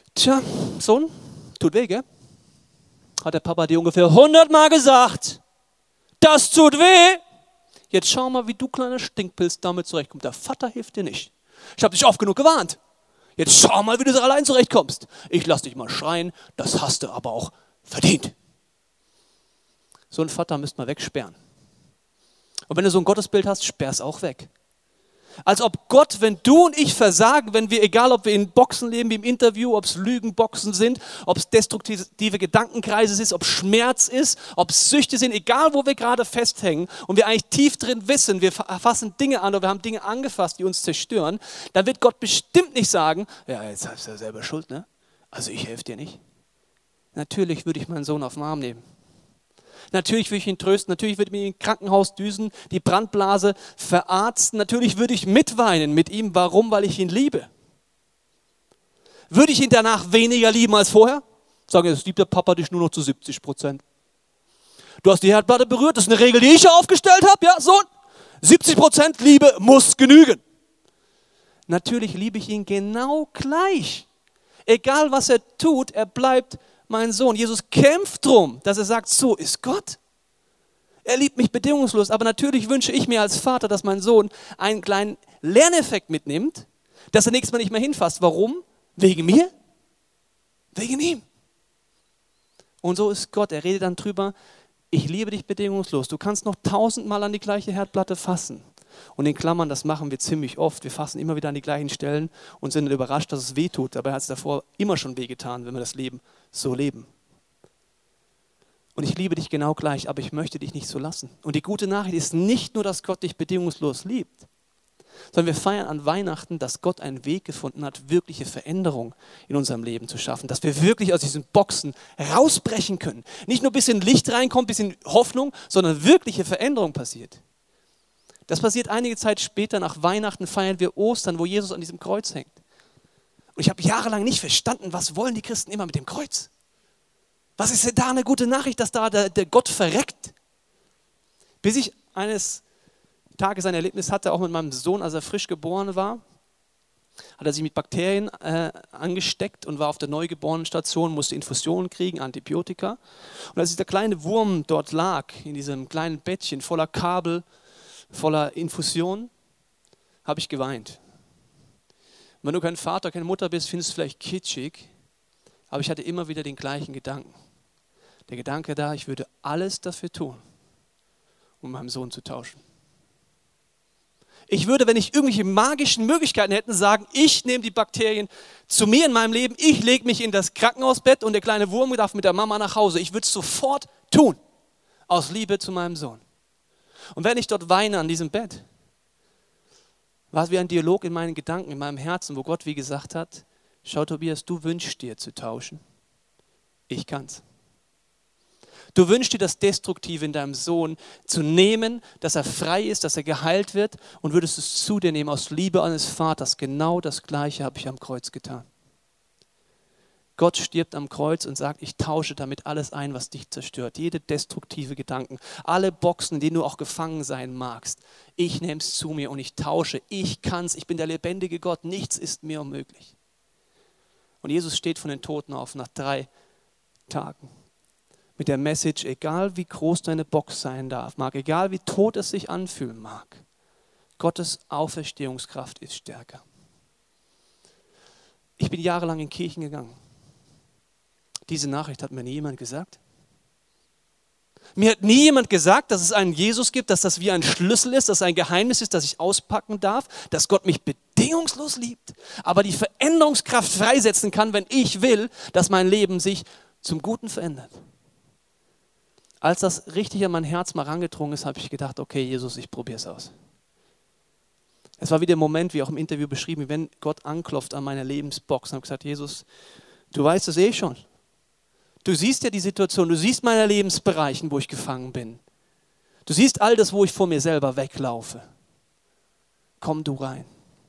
Tja, Sohn, tut weh, gell? Hat der Papa dir ungefähr hundertmal gesagt. Das tut weh. Jetzt schau mal, wie du kleiner Stinkpilz damit zurechtkommst. Der Vater hilft dir nicht. Ich habe dich oft genug gewarnt. Jetzt schau mal, wie du so allein zurechtkommst. Ich lass dich mal schreien, das hast du aber auch verdient. So einen Vater müsst man wegsperren. Und wenn du so ein Gottesbild hast, sperr's auch weg. Als ob Gott, wenn du und ich versagen, wenn wir, egal ob wir in Boxen leben, wie im Interview, ob es Lügenboxen sind, ob es destruktive Gedankenkreise sind, ob es Schmerz ist, ob es Süchte sind, egal wo wir gerade festhängen und wir eigentlich tief drin wissen, wir fassen Dinge an oder wir haben Dinge angefasst, die uns zerstören, dann wird Gott bestimmt nicht sagen, ja, jetzt hast du ja selber Schuld, ne? Also ich helfe dir nicht. Natürlich würde ich meinen Sohn auf den Arm nehmen. Natürlich würde ich ihn trösten, natürlich würde ich ihn ins Krankenhaus düsen, die Brandblase verarzten. Natürlich würde ich mitweinen mit ihm. Warum? Weil ich ihn liebe. Würde ich ihn danach weniger lieben als vorher? Sagen, jetzt liebt der Papa dich nur noch zu siebzig Prozent. Du hast die Herdplatte berührt, das ist eine Regel, die ich aufgestellt habe. Ja, Sohn, siebzig Prozent Liebe muss genügen. Natürlich liebe ich ihn genau gleich. Egal was er tut, er bleibt mein Sohn. Jesus kämpft darum, dass er sagt, so ist Gott. Er liebt mich bedingungslos, aber natürlich wünsche ich mir als Vater, dass mein Sohn einen kleinen Lerneffekt mitnimmt, dass er nächstes Mal nicht mehr hinfasst. Warum? Wegen mir? Wegen ihm. Und so ist Gott. Er redet dann drüber, ich liebe dich bedingungslos. Du kannst noch tausendmal an die gleiche Herdplatte fassen. Und in Klammern, das machen wir ziemlich oft. Wir fassen immer wieder an die gleichen Stellen und sind überrascht, dass es weh tut. Dabei hat es davor immer schon wehgetan, wenn wir das Leben so leben. Und ich liebe dich genau gleich, aber ich möchte dich nicht so lassen. Und die gute Nachricht ist nicht nur, dass Gott dich bedingungslos liebt, sondern wir feiern an Weihnachten, dass Gott einen Weg gefunden hat, wirkliche Veränderung in unserem Leben zu schaffen. Dass wir wirklich aus diesen Boxen rausbrechen können. Nicht nur ein bisschen Licht reinkommt, ein bisschen Hoffnung, sondern wirkliche Veränderung passiert. Das passiert einige Zeit später, nach Weihnachten feiern wir Ostern, wo Jesus an diesem Kreuz hängt. Und ich habe jahrelang nicht verstanden, was wollen die Christen immer mit dem Kreuz? Was ist denn da eine gute Nachricht, dass da der, der Gott verreckt? Bis ich eines Tages ein Erlebnis hatte, auch mit meinem Sohn, als er frisch geboren war, hat er sich mit Bakterien äh, angesteckt und war auf der Neugeborenenstation, musste Infusionen kriegen, Antibiotika. Und als dieser kleine Wurm dort lag, in diesem kleinen Bettchen voller Kabel, voller Infusion, habe ich geweint. Und wenn du kein Vater, keine Mutter bist, findest du es vielleicht kitschig, aber ich hatte immer wieder den gleichen Gedanken. Der Gedanke da, ich würde alles dafür tun, um meinen Sohn zu tauschen. Ich würde, wenn ich irgendwelche magischen Möglichkeiten hätte, sagen, ich nehme die Bakterien zu mir in meinem Leben, ich lege mich in das Krankenhausbett und der kleine Wurm darf mit der Mama nach Hause. Ich würde es sofort tun, aus Liebe zu meinem Sohn. Und wenn ich dort weine an diesem Bett, war es wie ein Dialog in meinen Gedanken, in meinem Herzen, wo Gott wie gesagt hat, schau Tobias, du wünschst dir zu tauschen, ich kann's. Du wünschst dir das Destruktive in deinem Sohn zu nehmen, dass er frei ist, dass er geheilt wird und würdest es zu dir nehmen aus Liebe eines Vaters. Genau das Gleiche habe ich am Kreuz getan. Gott stirbt am Kreuz und sagt, ich tausche damit alles ein, was dich zerstört. Jede destruktive Gedanken, alle Boxen, in denen du auch gefangen sein magst. Ich nehme es zu mir und ich tausche. Ich kann's, ich bin der lebendige Gott. Nichts ist mir unmöglich. Und Jesus steht von den Toten auf nach drei Tagen. Mit der Message, egal wie groß deine Box sein darf, mag, egal wie tot es sich anfühlen mag, Gottes Auferstehungskraft ist stärker. Ich bin jahrelang in Kirchen gegangen. Diese Nachricht hat mir nie jemand gesagt. Mir hat nie jemand gesagt, dass es einen Jesus gibt, dass das wie ein Schlüssel ist, dass es ein Geheimnis ist, das ich auspacken darf, dass Gott mich bedingungslos liebt, aber die Veränderungskraft freisetzen kann, wenn ich will, dass mein Leben sich zum Guten verändert. Als das richtig an mein Herz mal rangedrungen ist, habe ich gedacht, okay, Jesus, ich probiere es aus. Es war wie der Moment, wie auch im Interview beschrieben, wie wenn Gott anklopft an meine Lebensbox und habe gesagt, Jesus, du weißt es eh schon. Du siehst ja die Situation, du siehst meine Lebensbereichen, wo ich gefangen bin. Du siehst all das, wo ich vor mir selber weglaufe. Komm du rein.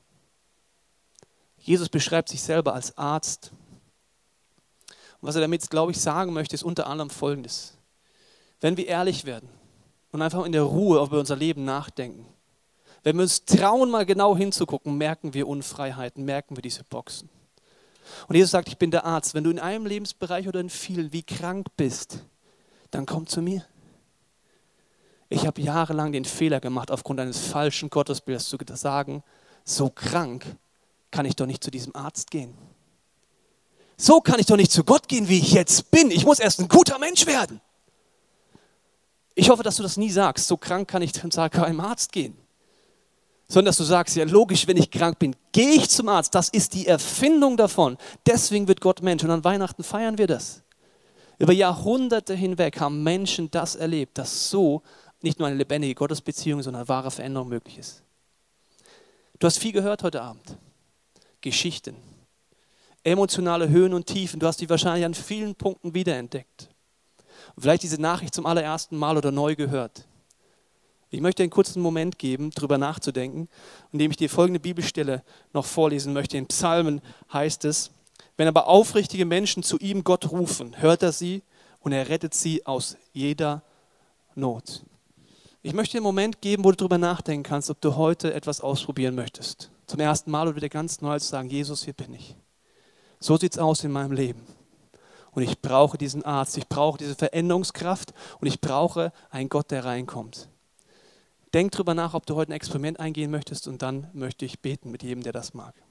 Jesus beschreibt sich selber als Arzt. Und was er damit, glaube ich, sagen möchte, ist unter anderem Folgendes. Wenn wir ehrlich werden und einfach in der Ruhe über unser Leben nachdenken, wenn wir uns trauen, mal genau hinzugucken, merken wir Unfreiheiten, merken wir diese Boxen. Und Jesus sagt, ich bin der Arzt. Wenn du in einem Lebensbereich oder in vielen wie krank bist, dann komm zu mir. Ich habe jahrelang den Fehler gemacht, aufgrund eines falschen Gottesbildes zu sagen, so krank kann ich doch nicht zu diesem Arzt gehen. So kann ich doch nicht zu Gott gehen, wie ich jetzt bin. Ich muss erst ein guter Mensch werden. Ich hoffe, dass du das nie sagst, so krank kann ich zu einem Arzt gehen. Sondern dass du sagst, ja logisch, wenn ich krank bin, gehe ich zum Arzt. Das ist die Erfindung davon. Deswegen wird Gott Mensch. Und an Weihnachten feiern wir das. Über Jahrhunderte hinweg haben Menschen das erlebt, dass so nicht nur eine lebendige Gottesbeziehung, sondern eine wahre Veränderung möglich ist. Du hast viel gehört heute Abend. Geschichten, emotionale Höhen und Tiefen. Du hast die wahrscheinlich an vielen Punkten wiederentdeckt. Und vielleicht diese Nachricht zum allerersten Mal oder neu gehört. Ich möchte dir einen kurzen Moment geben, darüber nachzudenken, indem ich dir folgende Bibelstelle noch vorlesen möchte. In Psalmen heißt es, wenn aber aufrichtige Menschen zu ihm Gott rufen, hört er sie und er rettet sie aus jeder Not. Ich möchte dir einen Moment geben, wo du darüber nachdenken kannst, ob du heute etwas ausprobieren möchtest. Zum ersten Mal oder wieder ganz neu zu sagen, Jesus, hier bin ich. So sieht es aus in meinem Leben. Und ich brauche diesen Arzt, ich brauche diese Veränderungskraft und ich brauche einen Gott, der reinkommt. Denk darüber nach, ob du heute ein Experiment eingehen möchtest und dann möchte ich beten mit jedem, der das mag.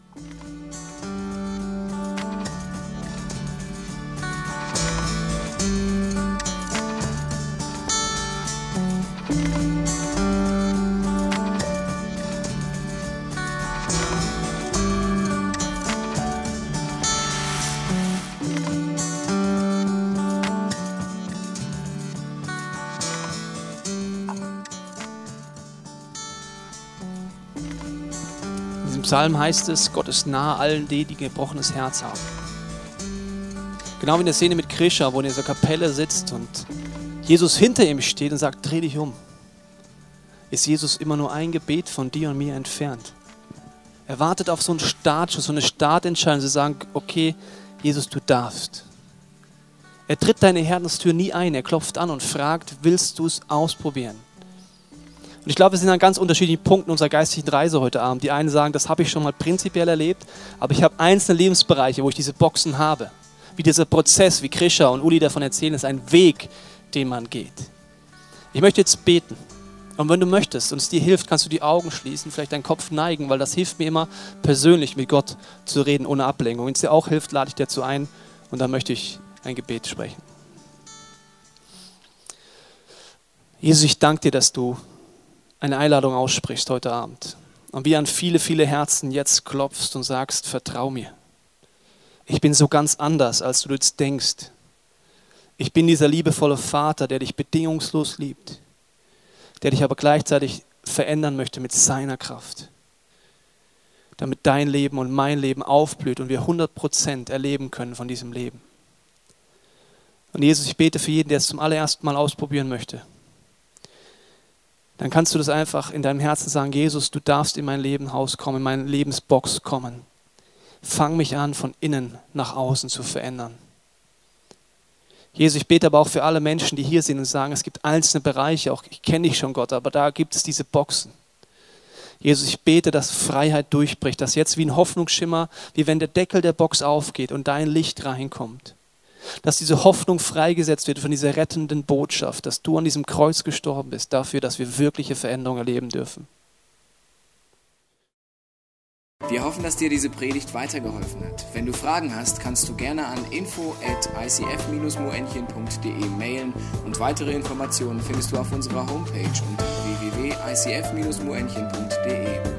Im Psalm heißt es, Gott ist nahe allen, die, die ein gebrochenes Herz haben. Genau wie in der Szene mit Krisha, wo er in dieser Kapelle sitzt und Jesus hinter ihm steht und sagt, dreh dich um. Ist Jesus immer nur ein Gebet von dir und mir entfernt. Er wartet auf so einen Startschuss, so eine Startentscheidung. Sie sagen, okay, Jesus, du darfst. Er tritt deine Herzenstür nie ein. Er klopft an und fragt, willst du es ausprobieren? Und ich glaube, wir sind an ganz unterschiedlichen Punkten unserer geistlichen Reise heute Abend. Die einen sagen, das habe ich schon mal prinzipiell erlebt, aber ich habe einzelne Lebensbereiche, wo ich diese Boxen habe. Wie dieser Prozess, wie Krisha und Uli davon erzählen, ist ein Weg, den man geht. Ich möchte jetzt beten. Und wenn du möchtest und es dir hilft, kannst du die Augen schließen, vielleicht deinen Kopf neigen, weil das hilft mir immer, persönlich mit Gott zu reden, ohne Ablenkung. Wenn es dir auch hilft, lade ich dazu ein und dann möchte ich ein Gebet sprechen. Jesus, ich danke dir, dass du eine Einladung aussprichst heute Abend und wie an viele, viele Herzen jetzt klopfst und sagst, vertrau mir. Ich bin so ganz anders, als du jetzt denkst. Ich bin dieser liebevolle Vater, der dich bedingungslos liebt, der dich aber gleichzeitig verändern möchte mit seiner Kraft, damit dein Leben und mein Leben aufblüht und wir hundert Prozent erleben können von diesem Leben. Und Jesus, ich bete für jeden, der es zum allerersten Mal ausprobieren möchte. Dann kannst du das einfach in deinem Herzen sagen, Jesus, du darfst in mein Lebenshaus kommen, in meine Lebensbox kommen. Fang mich an, von innen nach außen zu verändern. Jesus, ich bete aber auch für alle Menschen, die hier sind und sagen, es gibt einzelne Bereiche, auch ich kenne dich schon, Gott, aber da gibt es diese Boxen. Jesus, ich bete, dass Freiheit durchbricht, dass jetzt wie ein Hoffnungsschimmer, wie wenn der Deckel der Box aufgeht und dein Licht reinkommt. Dass diese Hoffnung freigesetzt wird von dieser rettenden Botschaft, dass du an diesem Kreuz gestorben bist, dafür, dass wir wirkliche Veränderungen erleben dürfen. Wir hoffen, dass dir diese Predigt weitergeholfen hat. Wenn du Fragen hast, kannst du gerne an info at i c f dash moenchen punkt d e mailen und weitere Informationen findest du auf unserer Homepage unter w w w punkt i c f dash moenchen punkt d e.